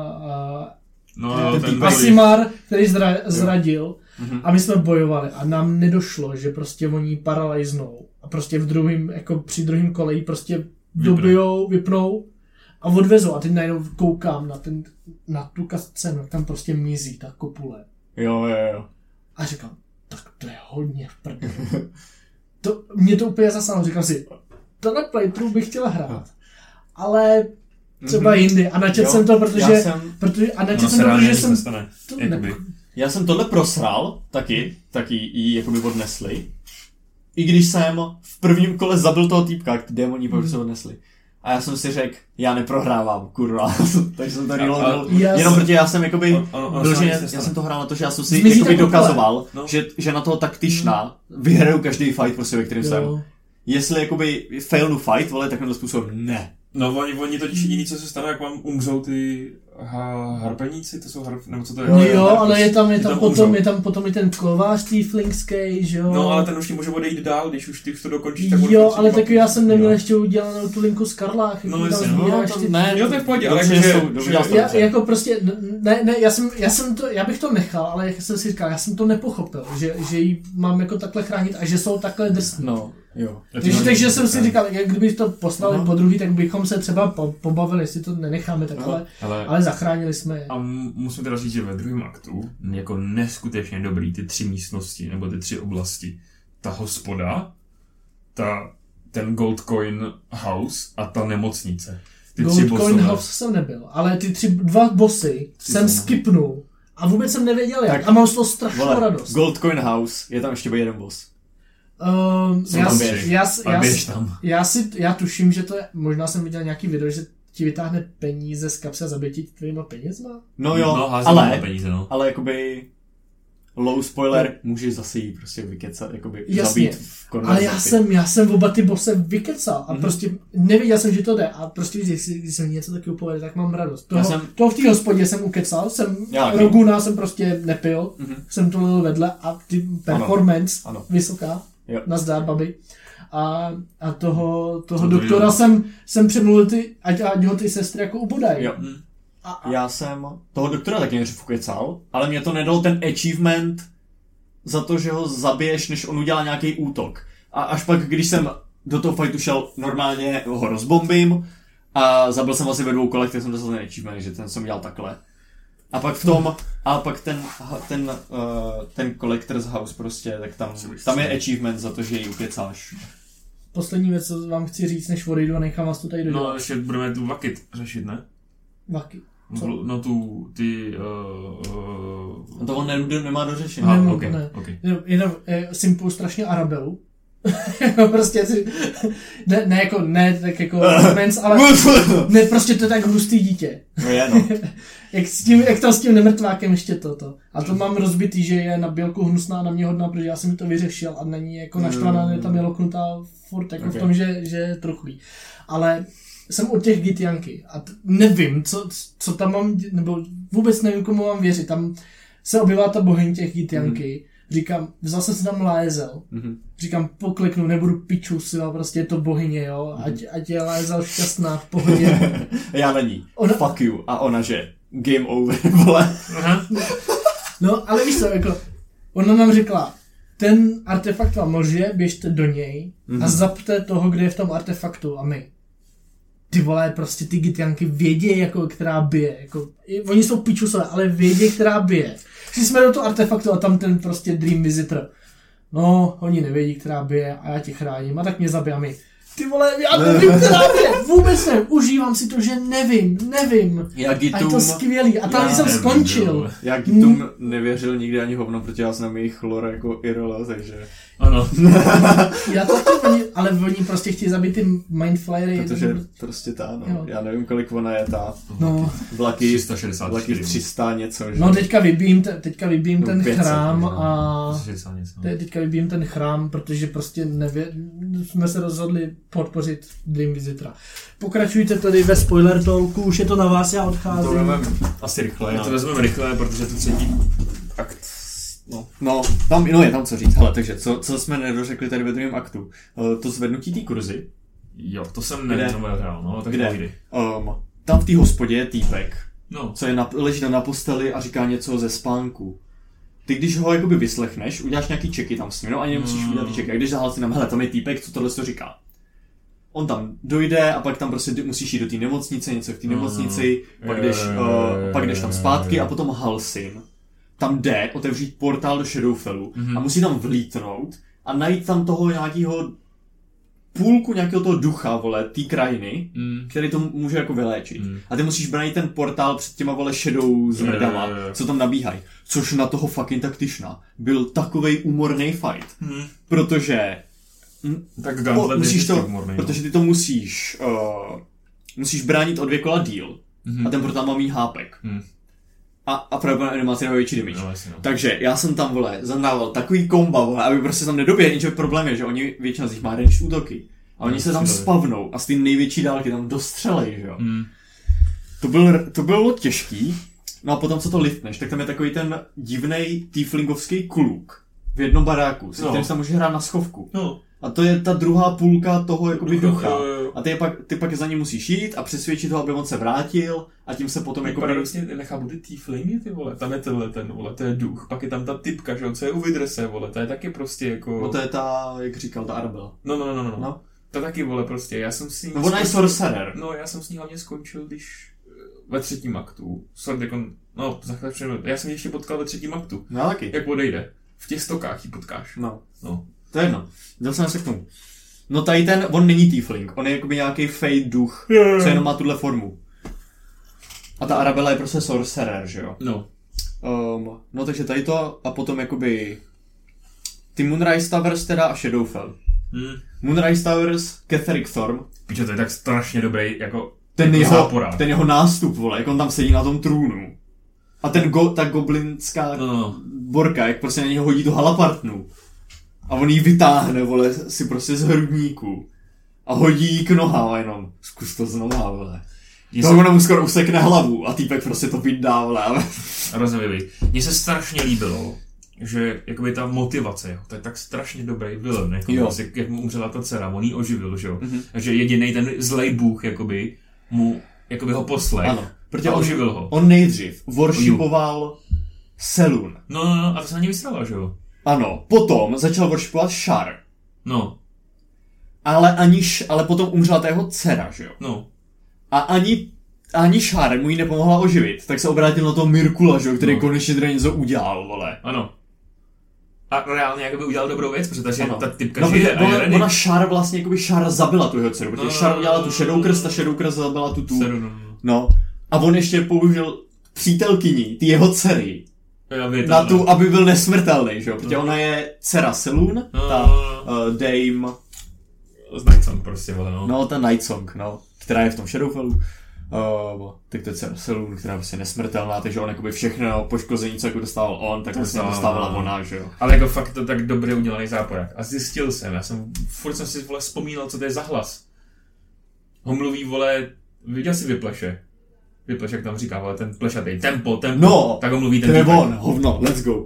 uh, No, uh, jo, ten ten týp druhý. Asimar, který zra, zradil. Mhm. A my jsme bojovali a nám nedošlo, že prostě oni paralýznou a prostě v druhým, jako při druhém koleji prostě dobijou, vypnou a odvezou a teď najednou koukám na, ten, na tu scénu, jak tam prostě mizí ta kopule. Jo, jo, jo. A říkám, tak to je hodně v prdeli. To, mě to úplně zasáhlo, říkal si, tenhle playthrough bych chtěl hrát, ale třeba Mhm. jindy. A načet Jo, jsem to, protože, já jsem- protože a načet No, jsem se to, rádi protože nic jsem nestane. to Jakoby. ne, Já jsem tohle prosral, taky, taky ji jakoby odnesli. I když jsem v prvním kole zabil toho týpka, ty démoni pak se odnesli. A já jsem si řekl, já neprohrávám, kurva. Takže jsem to reloadil. Já Jenom jsem- protože já jsem jakoby, On- on- on byl, se že nic já nestane. jsem to hrál na to, že já jsem si Zmizí jakoby ta kopule. dokazoval, No. že, že na toho taktična vyhraju každý fight, prostě, ve kterém jsem. jo. Jestli jakoby fail no fight, vole, tak na způsob ne. No oni, oni totiž jediný, co se stane, jak vám umřou ty ha, harpeníci, to jsou harp, nebo co to je? No jo, ale je tam, je tam, tam potom, umřou. je tam potom i ten kovář tieflingský, že jo? No ale ten už ti může odejít dál, když už ty už to dokončíš, tak Jo, ale taky já jsem neměl jo. ještě udělanou tu linku z Karlách. No, jak jasně, tam no, sbíráš to ty- ne, Jo, to je v pohodě, ale dobře, jakože- jsou- dobře, že- dělal jsi to Já, dobře. jako prostě, ne, ne, já jsem, já jsem to, já bych to nechal, ale jak jsem si říkal, já jsem to nepochopil, že, že ji mám jako takhle chránit a že jsou takhle drsní. No, jo. Takže, takže jsem si říkal, jak kdyby to poslali Aha. po druhý, tak bychom se třeba po, pobavili, jestli to nenecháme takhle, Ale, ale zachránili jsme je. a m- musím teda říct, že ve druhém aktu jako neskutečně dobrý ty tři místnosti, nebo ty tři oblasti. Ta hospoda, ta, ten Goldcoin House a ta nemocnice. Ty tři Gold Coin bossové. House jsem nebyl, ale ty tři, dva bossy jsem jsem- skipnul a vůbec jsem nevěděl jak Tak, a mám z toho strašnou Vole, radost. Goldcoin House, je tam ještě jeden boss. Um, Jsou já, tam si- běž. já, si- A já, běž si- tam. já, si, já tuším, že to je, možná jsem viděl nějaký video, že ti vytáhne peníze z kapsy a zabije ti tvýma penězma. No jo, no, hází na ale, peníze, no. ale jakoby low spoiler, můžeš zase jí prostě vykecat, jakoby Jasně. zabít v konverzaci. Ale já jsem, já jsem oba ty bose vykecal a Mhm. prostě nevěděl jsem, že to jde a prostě když, si- když jsem něco takového povede, tak mám radost. Toho, Já jsem- toho v té hospodě jsem ukecal, jsem Já taky. Roguna jsem prostě nepil, Mhm. jsem to lil vedle a ty performance Ano. vysoká, Jo. nazdár babi. A, a toho, toho To doktora jo. jsem, jsem přemluvil ty, ať, ať ho ty sestry jako ubodají. Jo. Hm. A, a, Já jsem toho doktora taky nejdřív ukecal, ale mě to nedal ten achievement za to, že ho zabiješ, než on udělá nějaký útok. A až pak, když jsem do toho fightu šel, normálně ho rozbombím a zabil jsem asi ve dvou kolech, tak jsem dostal ten achievement, že ten jsem dělal takhle. A pak v tom, a pak ten, ten, uh, ten Collector's House prostě, tak tam, tam je achievement za to, že ji ukecáš. poslední věc, co vám chci říct, než odejdu a nechám vás tu tady No, dodělat. ještě budeme tu vakit řešit, ne? Vaky. Co? No, no tu, ty, uh, uh... No to on ne, nemá dořešené. Aha, Nemám, ok, ne. ok. Jenom, jenom eh, Simpu strašně Arabelu. Jako prostě si, ne, ne jako, ne tak jako romance, ale ne, prostě to je tak hustý dítě. No je, no. Jak, s tím, jak tam s tím nemrtvákem ještě toto. A to mám rozbitý, že je na Bělku hnusná, na mě hodná, protože já jsem jí to vyřešil a není jako naštvaná, je tam je loknutá furt jako Okay. v tom, že, že je truchlý. Ale jsem od těch Gitianky a t- nevím, co, co tam mám, dě- nebo vůbec nevím, komu mám věřit. Tam se objevila ta bohyň těch Gitianky. Mm. Říkám, vzal jsem si tam Laezel. Mhm. Říkám, pokliknu, nebudu pičus, jo, prostě je to bohyně, jo, ať, ať je Laezel šťastná v pohodě. Já na ní. Ona- Fuck you. A ona, že game over, vole. Aha. No, ale víš co, jako, ona nám řekla, ten artefakt vám lže, běžte do něj a Mhm. zapte toho, kde je v tom artefaktu a my. Ty vole, prostě ty Gitianky vědí, jako, která bije, jako, i, oni jsou pičusové, ale vědí, která bije. Šli jsme do toho artefaktu a tam ten prostě Dream Visitor. No, oni nevědí, která bije a já tě chráním a tak mě zabij a my. Ty vole, já nevím, která bije, vůbec nevím, užívám si to, že nevím, nevím. Já A je Gitum, to skvělý. A tam, Já když jsem nevím, skončil, jo. já Gitum nevěřil nikdy ani hovno, protože já znám jejich lore jako Irola, takže... Ano. já to taky, oni, ale oni prostě chtějí zabít ty Mindflayery. Protože prostě ta, no. Jo. Já nevím, kolik ona je ta. No, Vlaky, tři sta šedesát vlaky čtyři. tři sta něco, že? no teďka vybím, te, teďka vybím No, ten pět set, chrám možná. a... tři sta šedesát něco. te- Teďka vybím ten chrám, protože prostě nevě, jsme se rozhodli podpořit Dream Visitora. Pokračujte tady ve spoiler talku, už je to na vás, já To odcházím. vezmeme asi rychle. Já to vezmeme rychle, protože to třetí akt. No, no, tam, no je tam co říct. Hele, takže co, co jsme nedořekli tady ve druhém aktu? Uh, to zvednutí té kurzy. Jo, to jsem Kde? nehrál, no, tak Kde? povídej. Um, tam v té hospodě je týpek, No, co je na, leží tam na posteli a říká něco ze spánku. Ty když ho jakoby vyslechneš, uděláš nějaký čeky tam s ním, no ani nemusíš Mm. udělat ty čeky. A když zahlásí nám, hele, tam je týpek, co tohle to říká. On tam dojde a pak tam prostě jde- musíš jít do té nemocnice, něco v té Mm. nemocnici, pak jdeš, uh, pak jdeš tam zpátky a potom Halsin tam jde otevřít portál do Shadowfellu Mhm. a musí tam vlítnout a najít tam toho nějakého půlku nějakého toho ducha, vole, té krajiny, mm. který to může jako vyléčit. Mm. A ty musíš bránit ten portál před těma, vole, shadow zmrdama, Jo, jo, jo. co tam nabíhají. Což na toho fucking taktišna byl takovej úmorný fight. Mm. Protože Tak o, Gauntlet musíš je to, humorný, protože ty to musíš uh, musíš bránit o dvě kola díl. Mhm. A ten portál má mý hápek. Mm. A, a pravděpodobně animace má větší damage. No, jasně, no. Takže já jsem tam, vole, zadával takový komba, vole, aby prostě tam nedoběhl, jenže problém je, že oni většina z nich má ranged útoky. A oni No, se tam stříleli. spavnou a z té největší dálky tam dostřelej, že jo. Mm. To, byl, to bylo těžký. No a potom, co to liftneš, tak tam je takový ten divnej tieflingovský kluk v jednom baráku, s No. kterým se může hrát na schovku. No. A to je ta druhá půlka toho jakoby Ducha, ducha. jo, jo. A ty, je pak, ty pak za ním musíš jít a přesvědčit ho, aby on se vrátil a tím se potom Jako jako... paradoxně nechápu ty tieflingy, ty vole, tam je tenhle ten, vole, to je duch, pak je tam ta typka, že jo, co je u Vidrese, vole, to je taky prostě jako... No to je ta, jak říkal, ta Arabella. No, no, no, no, no. No. To taky, vole, prostě, já jsem s ní... No ona je sorcerer. No, já jsem s ní hlavně skončil, když ve třetím aktu, Sword jako, no, za chvíli přijdu, já jsem ji ještě potkal ve třetím aktu, No taky. jak odejde, v těch stokách ji potkáš. No. No. To je jedno. Dělal jsem se k tomu. No tady ten, on není tiefling, on je jakoby nějaký fade duch, co jenom má tuhle formu. A ta Arabella je prostě sorcerer, že jo? No. Um, no takže tady to a potom jakoby ty Moonrise Towers teda a Shadowfell. Hmm. Moonrise Towers, Catherick Thorm, Pičo, to je tak strašně dobrý, jako... ten jako jeho, záporák. ten jeho nástup, vole, jak on tam sedí na tom trůnu. A ten go, ta goblinská No, no. borka, jak prostě na něho hodí tu halapartnu. A on jí vytáhne, vole, si prostě z hrudníku. A hodí jí k nohám a jenom, zkus to znova, vole. Mně To se- ono mu skoro usekne hlavu a týpek prostě to vydá, vole. Rozumím. Mně se strašně líbilo, že jakoby ta motivace, jo, to je tak strašně dobrý villain, jako Jo. vlastně, jak mu umřela ta dcera, on jí oživil, že jo. Mhm. Že jediný ten zlej bůh, jakoby, mu, jakoby ho poslech Ano, protože a on, oživil ho. on nejdřív worshipoval Selûne. No, no, no, a to se na ně vysrala, že jo. Ano, potom začal worshipovat Shar. No, Ale ani, š- ale potom umřela ta jeho dcera, že jo. no. A ani, ani Shar mu ji nepomohla oživit, tak se obrátil na toho Mirkula, že jo, který No. konečně teda něco udělal, vole. Ano. A reálně jakoby udělal dobrou věc, protože Ano. ta typka No, žije protože a je ona, ready. ona Shar vlastně, jakoby Shar zabila tu jeho dceru, protože No, no, Shar no, udělala no, tu no, Shadowcrest no. a Shadowcrest zabila tu tu. Seru, no, no. No. A on ještě použil přítelkyni, ty jeho dcery, Já věděl, na no. tu, aby byl nesmrtelný, že jo, protože No. ona je dcera Selûne, No, ta no, no. uh, Dame, Z Night Song prostě, vole, no. no ta Night Song, no, která je v tom Shadowfellu. Uh, tak to je dcera Selûne, která je prostě nesmrtelná, takže on jakoby všechno poškození, co jako dostával on, tak To vlastně dostala dostávala ona. ona, že jo. Ale jako fakt to tak dobře udělaný záporák. A zjistil jsem, já jsem, furt jsem si, vole, vzpomínal, co to je za hlas. Ho mluví, vole, viděl jsi Vypleše? Vypleš, jak tam říká, vole, ten plešatý, tempo, tempo. No, tak ho mluví ten To je týpek. on, hovno, let's go.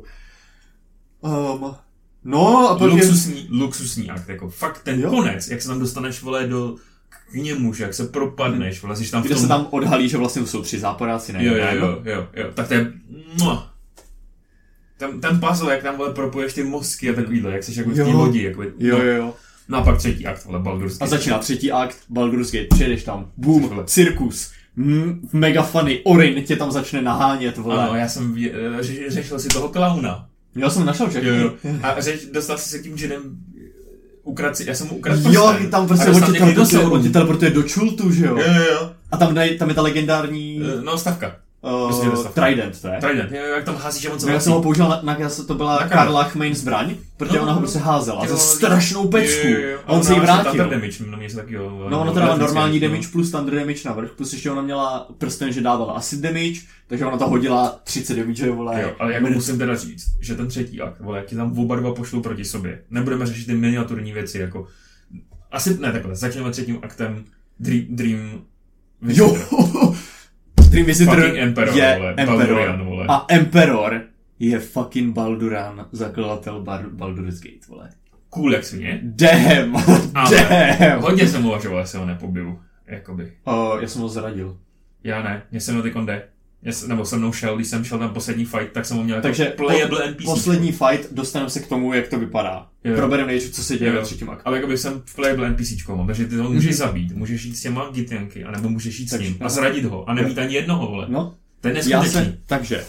Um, no a pak je... Luxusní, luxusní akt, jako fakt ten Jo. konec, jak se tam dostaneš, vole, do k němu, že jak se propadneš, vole, jsi tam v Kde tom... se tam odhalí, že vlastně to jsou tři záporáci, ne? Jo, jo, Ne, jo, jo, jo, tak to je... Mua. Ten, ten puzzle, jak tam, vole, propoješ ty mozky a takovýhle, jak jsi jako v té Jo. lodi, jako... Jo, jo, jo. No a pak třetí akt, vole, Baldur's A Gate. začíná třetí akt, Baldur's Gate, přijedeš tam, boom, Vole. cirkus, mm, mega funny, Orin tě tam začne nahánět, vole. Ano, já jsem vě, ře, řešil si toho klauna. Já jsem našel všechny. Jo, jo. A řeč, dostal si se tím džinem ukradl si, já jsem mu ukradl Jo, prsten. tam prostě A dostal on tě, někdy do teleportuje, Sauronu. on tě teleportuje do Čultu, že jo? Jo, jo, jo. A tam, daj, tam je ta legendární Eh, No, stavka. Prostě uh, dostavka. Trident, to je? Trident, jo, jo, jak tam hází, že on se No, já vrací. jsem ho použil na, na, na to byla Na Karla Chmein zbraň, protože No, ona ho no. prostě házela Jo, za jo, strašnou pecku. jo, jo, jo. A on se jí ona má vrátil. Thunder damage, no něco takového. No, ona teda má normální no. damage plus thunder damage navrch, plus ještě ona měla prsten, že dávala acid damage, takže ona to hodila třicet damage, vole. Jo, ale jako musím teda říct, že ten třetí akt, vole, jak ti tam oba dva pošlou proti sobě. Nebudeme řešit ty miniaturní věci, jako... Asi, ne, takhle, začneme třetím aktem Dream... Dream Jo, Dream Visitor Fucking Emperor, je vole, Emperor. Baldurian, vole. A Emperor je fucking Balduran, zakladatel Bar- Baldur's Gate, vole. Cool jak svině. Damn, Ale damn. hodně jsem uvažoval, jestli ho nepobiju. Jakoby. Uh, já jsem ho zradil. Já ne, mě se mnou ty konde. Já se, nebo se mnou šel, když jsem šel ten poslední fight, tak jsem ho měl jako Takže playable po, N P C. poslední fight, dostaneme se k tomu, jak to vypadá. Jo. Probereme nejdřív, co se děje Jo. ve třetím aktu. Ale jakoby jsem v playable N P C mám, takže ty to můžeš zabít, můžeš jít s těma gitjanky, anebo můžeš jít s Takže- ním a zradit ho a nemít ani jednoho, vole. No, To je já neskutečný. se, takže.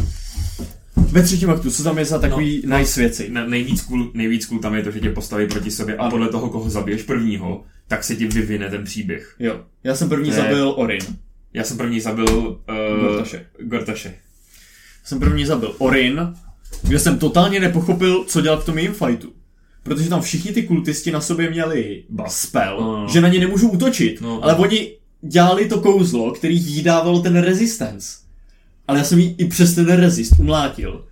Ve třetím aktu, co tam je za takový no, nice věci? Ne, nejvíc, cool, nejvíc cool tam je to, že tě postaví proti sobě a Ano. podle toho, koho zabiješ prvního, tak se ti vyvine ten příběh. Jo, já jsem první To je- zabil Orin. Já jsem první zabil uh, Gortaše. Gortaše. Jsem první zabil Orin, kde jsem totálně nepochopil, co dělat v tom jejím fightu. Protože tam všichni ty kultisti na sobě měli spell, No, no. že na ně nemůžu útočit, No, ale no. oni dělali to kouzlo, který jí dávalo ten resistance. Ale já jsem jí i přes ten resist umlátil.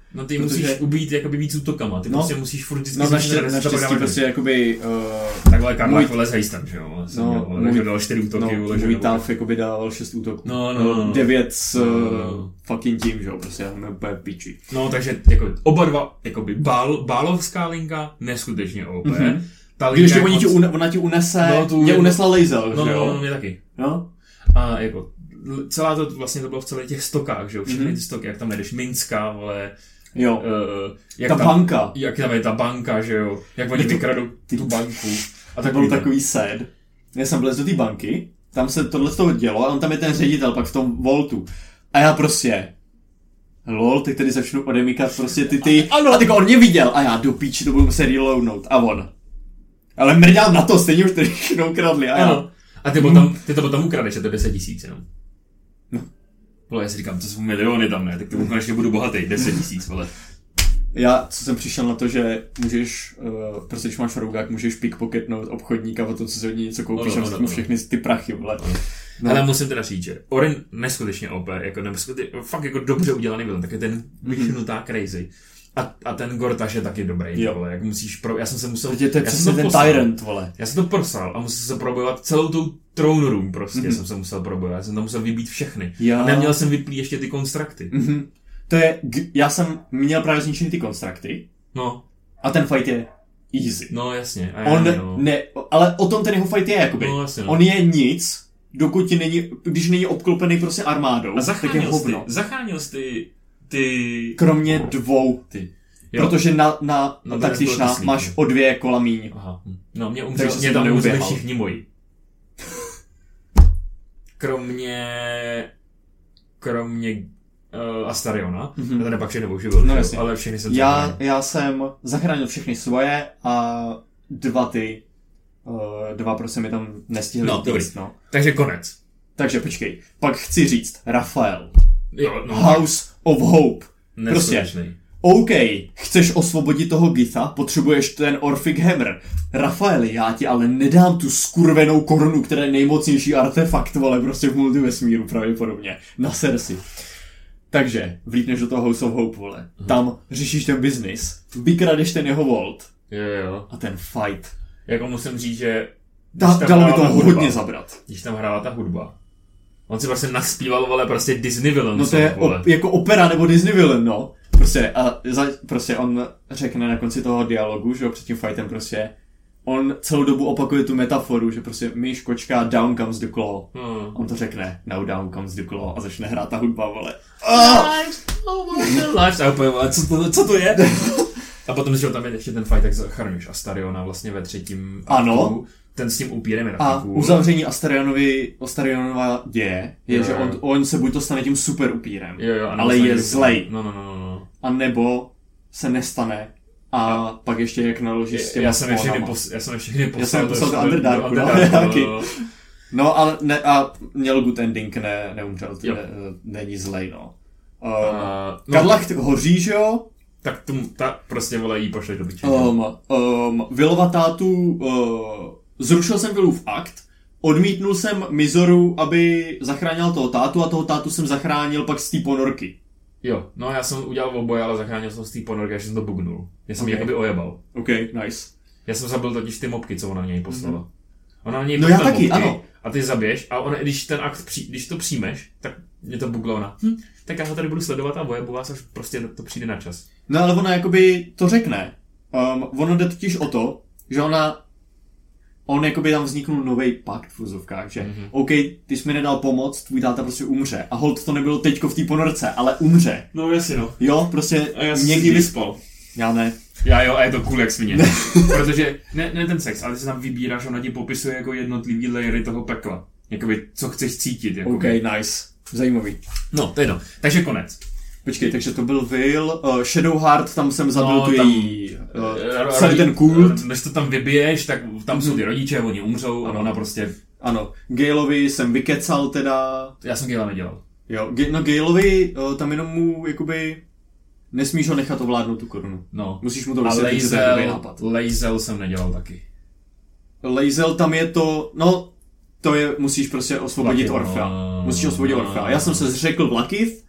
No ty Protože- musíš ubít jakoby víc útokama, ty No. prostě musíš furt vždycky No začít naštěstí, res- naštěstí zabrat prostě damage. jakoby... Uh, Takhle Karla můj- vole s hejstem, že jo? Jsem No, měl, vole, můj- že dal čtyři útoky, no, vole, že můj nebo- Tav jakoby dával šest útoků. No, no, no, no. devět s No, uh, no, no. fucking tím, že jo, prostě já mám úplně piči. No, takže jako oba dva, jakoby bál, bálovská linka, neskutečně O P. Mhm. Ta Když linka oni moc- ti une, ona ti unese, No, tu mě jednu- unesla laser, No, že no, jo? no, mě taky. No? A jako, l- celá to vlastně to bylo v celých těch stokách, že jo, všechny Mhm. ty stoky, jak tam najdeš Minska, vole, Jo. uh, jak Ta tam, banka. jak tam je ta banka, že jo, jak oni Je to- vykradou ty- tu banku. A A tak to byl takový sad. Já jsem vlez do té banky, tam se tohle z toho dělo a on tam je ten ředitel pak v tom voltu. A já prostě... Lol, teď tady začnu odemíkat prostě ty ty... Ano. A tak on mě viděl a já do píči to budu muset reloadnout. A on. Ale mrdám na to, stejně už tady všechno ukradli. A já... Ano. A ty, potom, ty to potom ukradeš, a to je deset tisíc jenom. No. Vole, já si říkám, to jsou miliony tam, ne? Tak to konečně budu bohatý, deset tisíc, vole. Já co jsem přišel na to, že můžeš, uh, prostě když máš rougák, můžeš pickpocketnout obchodníka o to, co si od něj něco koupíš Ano, a ano, mu ano. všechny ty prachy, vole. Ano. No. Ale musím teda říct, že Orin neskutečně O P, jako neskutečně, fakt jako dobře udělaný byl, tak je ten vychnutá crazy. A, a ten Gortaš je taky dobrý, Jo. vole, jak musíš pro... Já jsem se musel... Teď je to já jsem přesně ten poslal. tyrant, vole. Já jsem to prosal a musel se probojovat celou tou throne room prostě, Mhm. jsem se musel probojovat, já jsem tam musel vybít všechny. Já- A neměl jsem vyplý ještě ty konstrakty. Mhm. To je, g- já jsem měl právě zničený ty konstrakty No, a ten fight je easy. no jasně. A já, On no. ne, ale o tom ten jeho fight je, jakoby. No, jasně, no. On je nic, dokud ti není, když není obklopený prostě armádou, A tak je zachránil jsi ty, hovno. zachránil jsi ty, ty... Kromě dvou, ty. Jo. protože na, na, No, na to je taktičná kyslík, máš no. o dvě kola míň. Aha. hm. No, mě, Takže umřel, jsi mě to tam umřeli neuběhal. všichni moji. Kromě... Kromě uh, Astariona. Mhm. Mm-hmm. Ten pak všechny oživil, No, no, jasně. ale všechny jsem Já, zachránil. já jsem zachránil všechny svoje a dva ty, uh, dva prostě mi tam nestihli No, dobrý. utíct, no. Takže konec. Takže počkej, pak chci říct, Rafael, Jo, no. House of Hope. Prostě, Neskutečný. OK, chceš osvobodit toho Githa, potřebuješ ten Orphic Hammer. Rafaeli, já ti ale nedám tu skurvenou korunu, která je nejmocnější artefakt, vole, prostě v multivesmíru pravděpodobně. Na Cersei. Takže, vlítneš do toho House of Hope, vole. Tam řešíš ten biznis, vykradeš ten jeho vault Jo, jo. a ten fight. Jako musím říct, že... Da, když tam dalo mi hrála to ta hudba, hodně zabrat. Když tam hrála ta hudba. On si prostě naspíval, vole, prostě Disney Villain No to song, je vole. op, jako opera nebo Disney villain, no. Prostě, a za, prostě on řekne na konci toho dialogu, že jo, před tím fightem prostě, on celou dobu opakuje tu metaforu, že prostě myš, kočka, down comes the claw. Hmm. On to řekne, now down comes the claw a začne hrát ta hudba, vole. Lives, oh my God, lives. A úplně, vole, co to, co to je? A potom, že tam je ještě ten fight, tak zachraňuješ Astariona vlastně ve třetím Ano. aktu. Ten s tím upírem je A taky cool. uzavření Astarionovi, Astarionova děje je, Jo, že jo. on, on se buď to stane tím super upírem, Jo, jo, a ale nebo je se- zlej. No, no, no, no, no. a nebo se nestane a A- pak ještě jak naloží s těma Já jsem je všechny, spónama. pos, já jsem je všechny poslal, Já jsem je do- poslal do do- Underdarku, do no, Underdarku, taky. no. No ale ne, a měl good ending, ne, neumřel, Jo. ne, není zlej, no. Um, A- no, Karlach hoří, že jo? Tak tu, ta prostě, vole, jí pošleš do biče. Um, um, Vilova tátu, uh, zrušil jsem Vilův akt, odmítnul jsem Mizoru, aby zachránil toho tátu a toho tátu jsem zachránil pak z té ponorky. Jo, no já jsem udělal oboje, ale zachránil jsem z té ponorky, až jsem to bugnul. Já jsem Ok. ji jakoby ojebal. OK, nice. Já jsem zabil totiž ty mobky, co ona na něj poslala. Mm-hmm. Ona na něj No já poslala taky, mobky ano. A ty zabiješ a ona, když ten akt, při, když to přijmeš, tak mě to buglo ona. Hm, tak já ho tady budu sledovat a ojebu vás, až prostě to přijde na čas. No ale ona jakoby to řekne. Um, ono jde totiž o to, že ona, on jakoby tam vzniknul nový pakt v úzovkách, že Mhm. OK, ty jsi mi nedal pomoc, tvůj táta prostě umře. A hold to nebylo teďko v té ponorce, ale umře. No jasně no. Jo, prostě A já jsem někdy si vys... vyspal. Já ne. Já jo, a je to cool jak svině. Protože, ne, ne ten sex, ale ty se tam vybíráš, ona ti popisuje jako jednotlivý layery toho pekla. Jakoby, co chceš cítit. Jakoby. OK, nice. Zajímavý. No, to je no. Takže konec. Počkej, takže to byl Will, uh, Shadowheart, tam jsem zabil No, tu tam- její, Eh, uh, celý rodi- ten kult. Než to tam vybiješ, tak tam jsou ty rodiče, oni umřou a Ano. ona prostě... Ano, Galeovi jsem vykecal teda, Já jsem Gala nedělal. jo, Ge- no Galeovi, uh, tam jenom mu, jakoby, nesmíš ho nechat ovládnout tu korunu. No. Musíš mu to A vysvětlit, že to je dobrý Lazel, nápad. Lazel jsem nedělal taky. Lazel tam je to, no, to je, musíš prostě osvobodit Vlakith, Orfea. no. Musíš osvobodit Orfea. Já jsem se zřekl Vlakith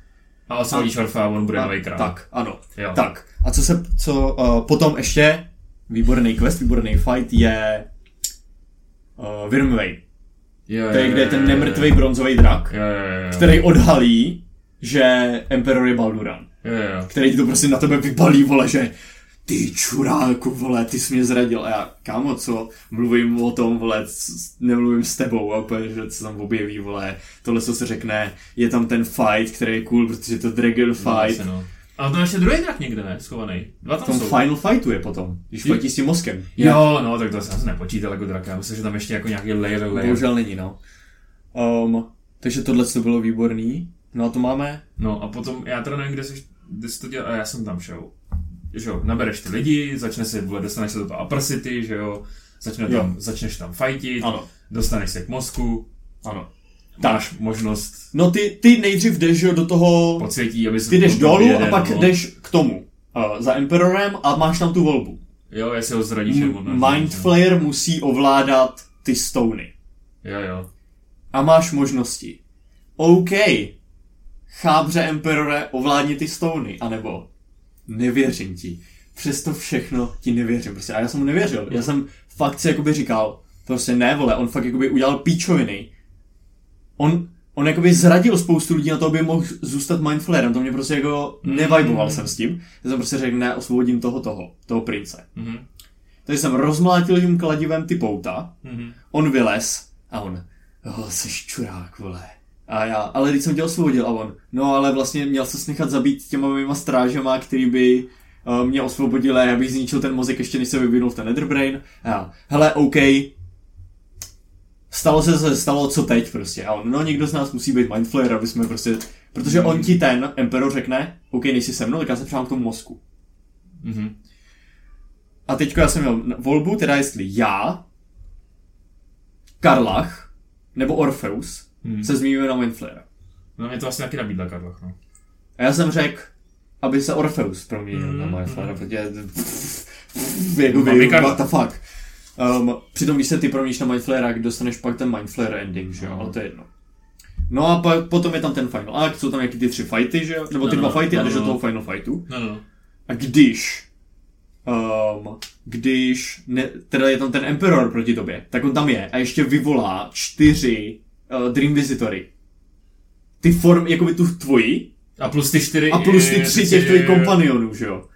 A osvobodíš Orfea a on bude nový král. Tak, ano. Jo. Tak. A co se, co uh, potom ještě, výborný quest, výborný fight je uh, Wyrmway. Jo, To je, jo, kde je jo, ten jo, nemrtvý bronzový drak, Jo, jo, jo. který odhalí, že Emperor je Balduran. Jo, jo. Který ti to prostě na tebe vybalí, vole, že ty čuráku, vole, ty jsi mě zradil. A já, kámo, co, mluvím o tom, vole, c- nemluvím s tebou, a úplně, že se tam objeví, vole, tohle, co se řekne, je tam ten fight, který je cool, protože je to Dragon fight. No, no. Ale tam ještě druhý drak někde, ne? Schovaný. Dva V tam tom jsou. final fightu je potom, když Jo. fightí s tím mozkem. Jo, no, tak to jsem nepočítal jako draka. Myslím, že tam ještě jako nějaký layer, layer. Bohužel není, no. Um, takže tohle to bylo výborný. No a to máme... No a potom, já teda nevím, kde jsi, kde jsi to dělal, a já jsem tam šel. Že jo, nabereš ty lidi, začne se, vole, dostaneš se do toho Upper City, že jo, začne Jo. tam, začneš tam fightit, Ano. dostaneš se k mozku, Ano. máš možnost No ty, ty nejdřív jdeš jo, do toho... podsvětí, aby se Ty jdeš to dolů vyjede, a pak no. jdeš k tomu. Uh, za Emperorem a máš tam tu volbu. Jo, jestli ho zradíš nebo ne. Mind Flayer musí ovládat ty stony. Jo, jo. A máš možnosti. OK. Chábře Emperore, ovládni ty stony. A nebo nevěřím ti. Přesto všechno ti nevěřím. Prostě. A já jsem mu nevěřil. Já jsem fakt si jakoby říkal, prostě ne, vole, on fakt jakoby udělal píčoviny. On, on jakoby zradil spoustu lidí na to, aby mohl zůstat Mind Flayerem. To mě prostě jako neviboval jsem s tím. Já jsem prostě řekl, ne, osvobodím toho toho, toho prince. Mhm. Takže jsem rozmlátil tím kladivem ty pouta, Mhm. on vylez a on, oh, jsi čurák, vole. A já, ale když jsem tě osvobodil a on, no ale vlastně měl ses nechat zabít těma mýma strážema, který by uh, mě osvobodili a já bych zničil ten mozek ještě než se vyvinul ten Netherbrain. A já, hele, OK, stalo se, se stalo, co teď prostě. A on, no někdo z nás musí být Mind Flayer, aby jsme prostě, protože on ti ten Emperor řekne, OK, nejsi se mnou, tak já se přidám k tomu mozku. Mhm. A teďko já jsem měl volbu, teda jestli já, Karlach, nebo Orpheus, Hmm. se zmíníme na Mind Flayera. No mě to asi taky nabídla Karlach, no. A já jsem řekl, aby se Orpheus proměnil Mm, na Mind mm. Flayera, protože jako Máme Karla. what the fuck. Um, přitom, když se ty proměníš na Mind Flayera, dostaneš pak ten Mind Flayer ending, že jo, No. ale to je jedno. No a pa, potom je tam ten final act, jsou tam jaký ty tři fighty, že jo, nebo ty No, dva no, fighty no, a jdeš no. do toho final fightu. No, no. A když, um, když, ne, teda je tam ten Emperor proti tobě, tak on tam je a ještě vyvolá čtyři uh, Dream Visitory. Ty form, jakoby tu tvoji, A plus ty čtyři... a plus ty tři těch tvojich kompa... kompanionů, že jo.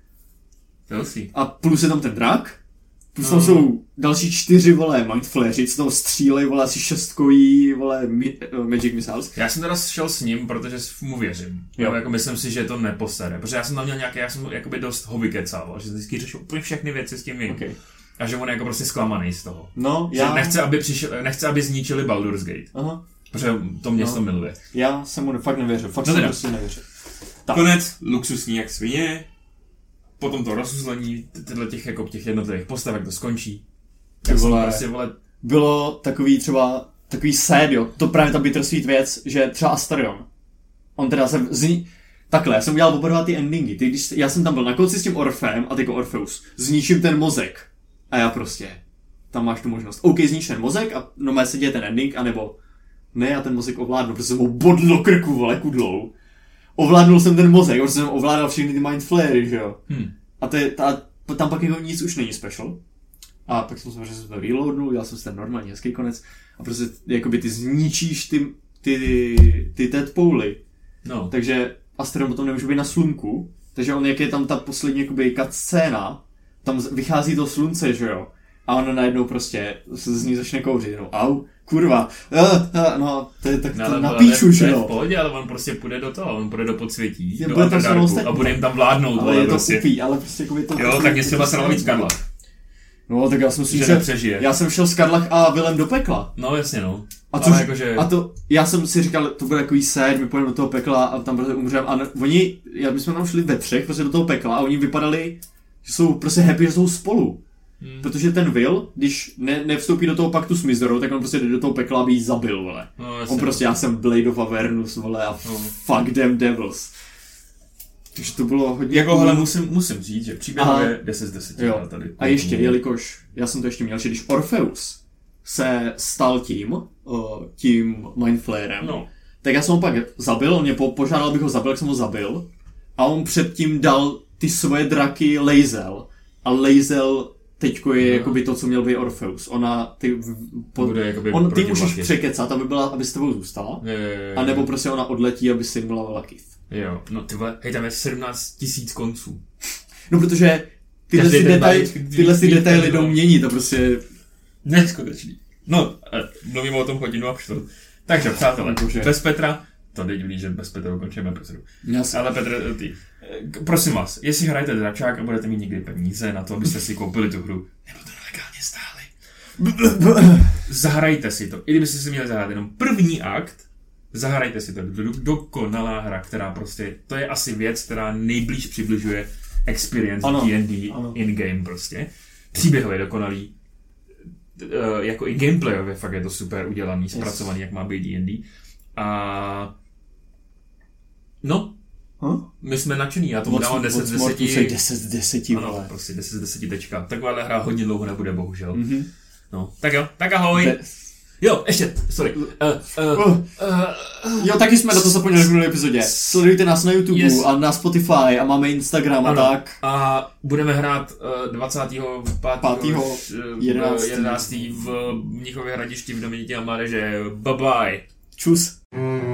Velcí. A plus je tam ten drak, plus tam No. jsou další čtyři, vole, Mind Flayeři, co tam střílej, vole, asi šestkový, vole, mi, uh, Magic Missiles. Já jsem teda šel s ním, protože mu věřím. Jo. Jo. Jako myslím si, že to neposere. Protože já jsem tam měl nějaké, já jsem jakoby dost ho vykecával, že vždycky řešil úplně všechny věci s tím mým. Okay. A že on je jako prostě zklamaný z toho. No, Že já... nechce, aby přišel, nechce, aby zničili Baldur's Gate. Aha. Protože to město No. miluje. Já jsem mu fakt nevěřil, fakt No jsem teda. prostě nevěřil. Tak. Konec, luxusní jak svině. Potom to rozuzlení tyhle těch, jako těch jednotlivých postav, jak to skončí. Ty Jak jsem vole. prostě, vole, Bylo takový třeba, takový sad, jo, to právě ta bittersweet věc, že třeba Astarion, on teda se zní, takhle, já jsem udělal oba ty endingy, ty, když, já jsem tam byl na konci s tím Orfem a jako Orpheus, zničím ten mozek a já prostě, tam máš tu možnost, OK, znič ten mozek a no má se děje ten ending, anebo ne, já ten mozek ovládnu, protože jsem ho bodl do krku, vole, kudlou. Ovládnul jsem ten mozek, protože jsem ovládal všechny ty Mind Flayery, že jo. Hmm. A to je, ta, tam pak jako nic už není special. A pak jsem samozřejmě jsem to reloadnul, udělal jsem si ten normální hezký konec. A prostě jakoby ty zničíš ty, ty, ty tadpoly. no. Takže Astarion potom nemůže být na slunku. Takže on, jak je tam ta poslední jakoby cut scéna, tam z- vychází to slunce, že jo. A ono najednou prostě se z ní začne kouřit. No, au, kurva. Uh, uh, no, to je tak No, to ale na vole, píču, to že je v jo. pohodě, ale on prostě půjde do toho, on půjde do podsvětí, Je, do bude tam Underdarku ostatní. a bude jim tam vládnout, Ale vole, je to prostě. upí, ale prostě jakoby to... Jo, tak mě třeba se víc Karla, No, tak já jsem si že že nepřežije. já jsem šel s Karlach a Vilem do pekla. No jasně no. A, Ale což, jakože- a to, já jsem si říkal, to bude takový sad, my půjdeme do toho pekla a tam prostě umřeme. A ne, oni, já, my jsme tam šli ve třech prostě do toho pekla a oni vypadali, že jsou prostě happy, že jsou spolu. Hmm. Protože ten Will, když ne, nevstoupí do toho paktu s Mizorou, tak on prostě jde do toho pekla, aby jí zabil, vole. No, jasně, On no. prostě, já jsem Blade of Avernus, vole, a No. fuck them devils. Takže to bylo hodně... Jako, hele, musím, musím říct, že příběhově deset z deseti. Jo. Tady. A ještě, jelikož já jsem to ještě měl, že když Orpheus se stal tím, uh, tím Mind Flayerem, No. tak já jsem ho pak zabil, on mě po, požádal, abych ho zabil, jak jsem ho zabil. A on předtím dal ty svoje draky Lae'zel. A Lae'zel teďko je no. jakoby to, co měl být Orpheus. Ona, ty, po, on, ty můžeš překecat, aby byla, aby s tebou zůstala. Je, je, je, a nebo prostě ona odletí, aby si milovala Keith. Jo, no ty vole, hej, tam je sedmnáct tisíc konců. No protože tyhle si detaily, tyhle si detaily jdou měnit, to prostě... Neskutečný. No, mluvíme o tom hodinu a čtvrt. Takže, přátelé, bez Petra, to teď vidí, že bez Petra ukončíme epizodu. Ale Petr, ty, prosím vás, jestli hrajete dračák a budete mít někdy peníze na to, abyste si koupili tu hru, nebo to nelegálně stáli, zahrajte si to. I kdybyste si měli zahrát jenom první akt, zahrajte si to. Dokonalá hra, která prostě, to je asi věc, která nejblíž přibližuje experience D and D in-game prostě. Příběhově dokonalý. Uh, jako i gameplayově fakt je to super udělaný, zpracovaný, yes. jak má být D and D. A no, huh? my jsme nadšený, já tomu dávám deset z deseti. deset z deseti, ano, prostě deset z deseti tečka. Takováhle hra hodně dlouho nebude, bohužel. Mm-hmm. No, tak jo, tak ahoj. De- Jo, ještě, sorry. Uh, uh, uh, uh, jo, taky jsme na to zapomněli v minulé epizodě. Sledujte nás na YouTube yes. a na Spotify a máme Instagram ano. a tak. A budeme hrát uh, dvacátého pátého jedenáctého v Mnichově Hradišti v Domě dětí a mládeže. Bye bye. Čus.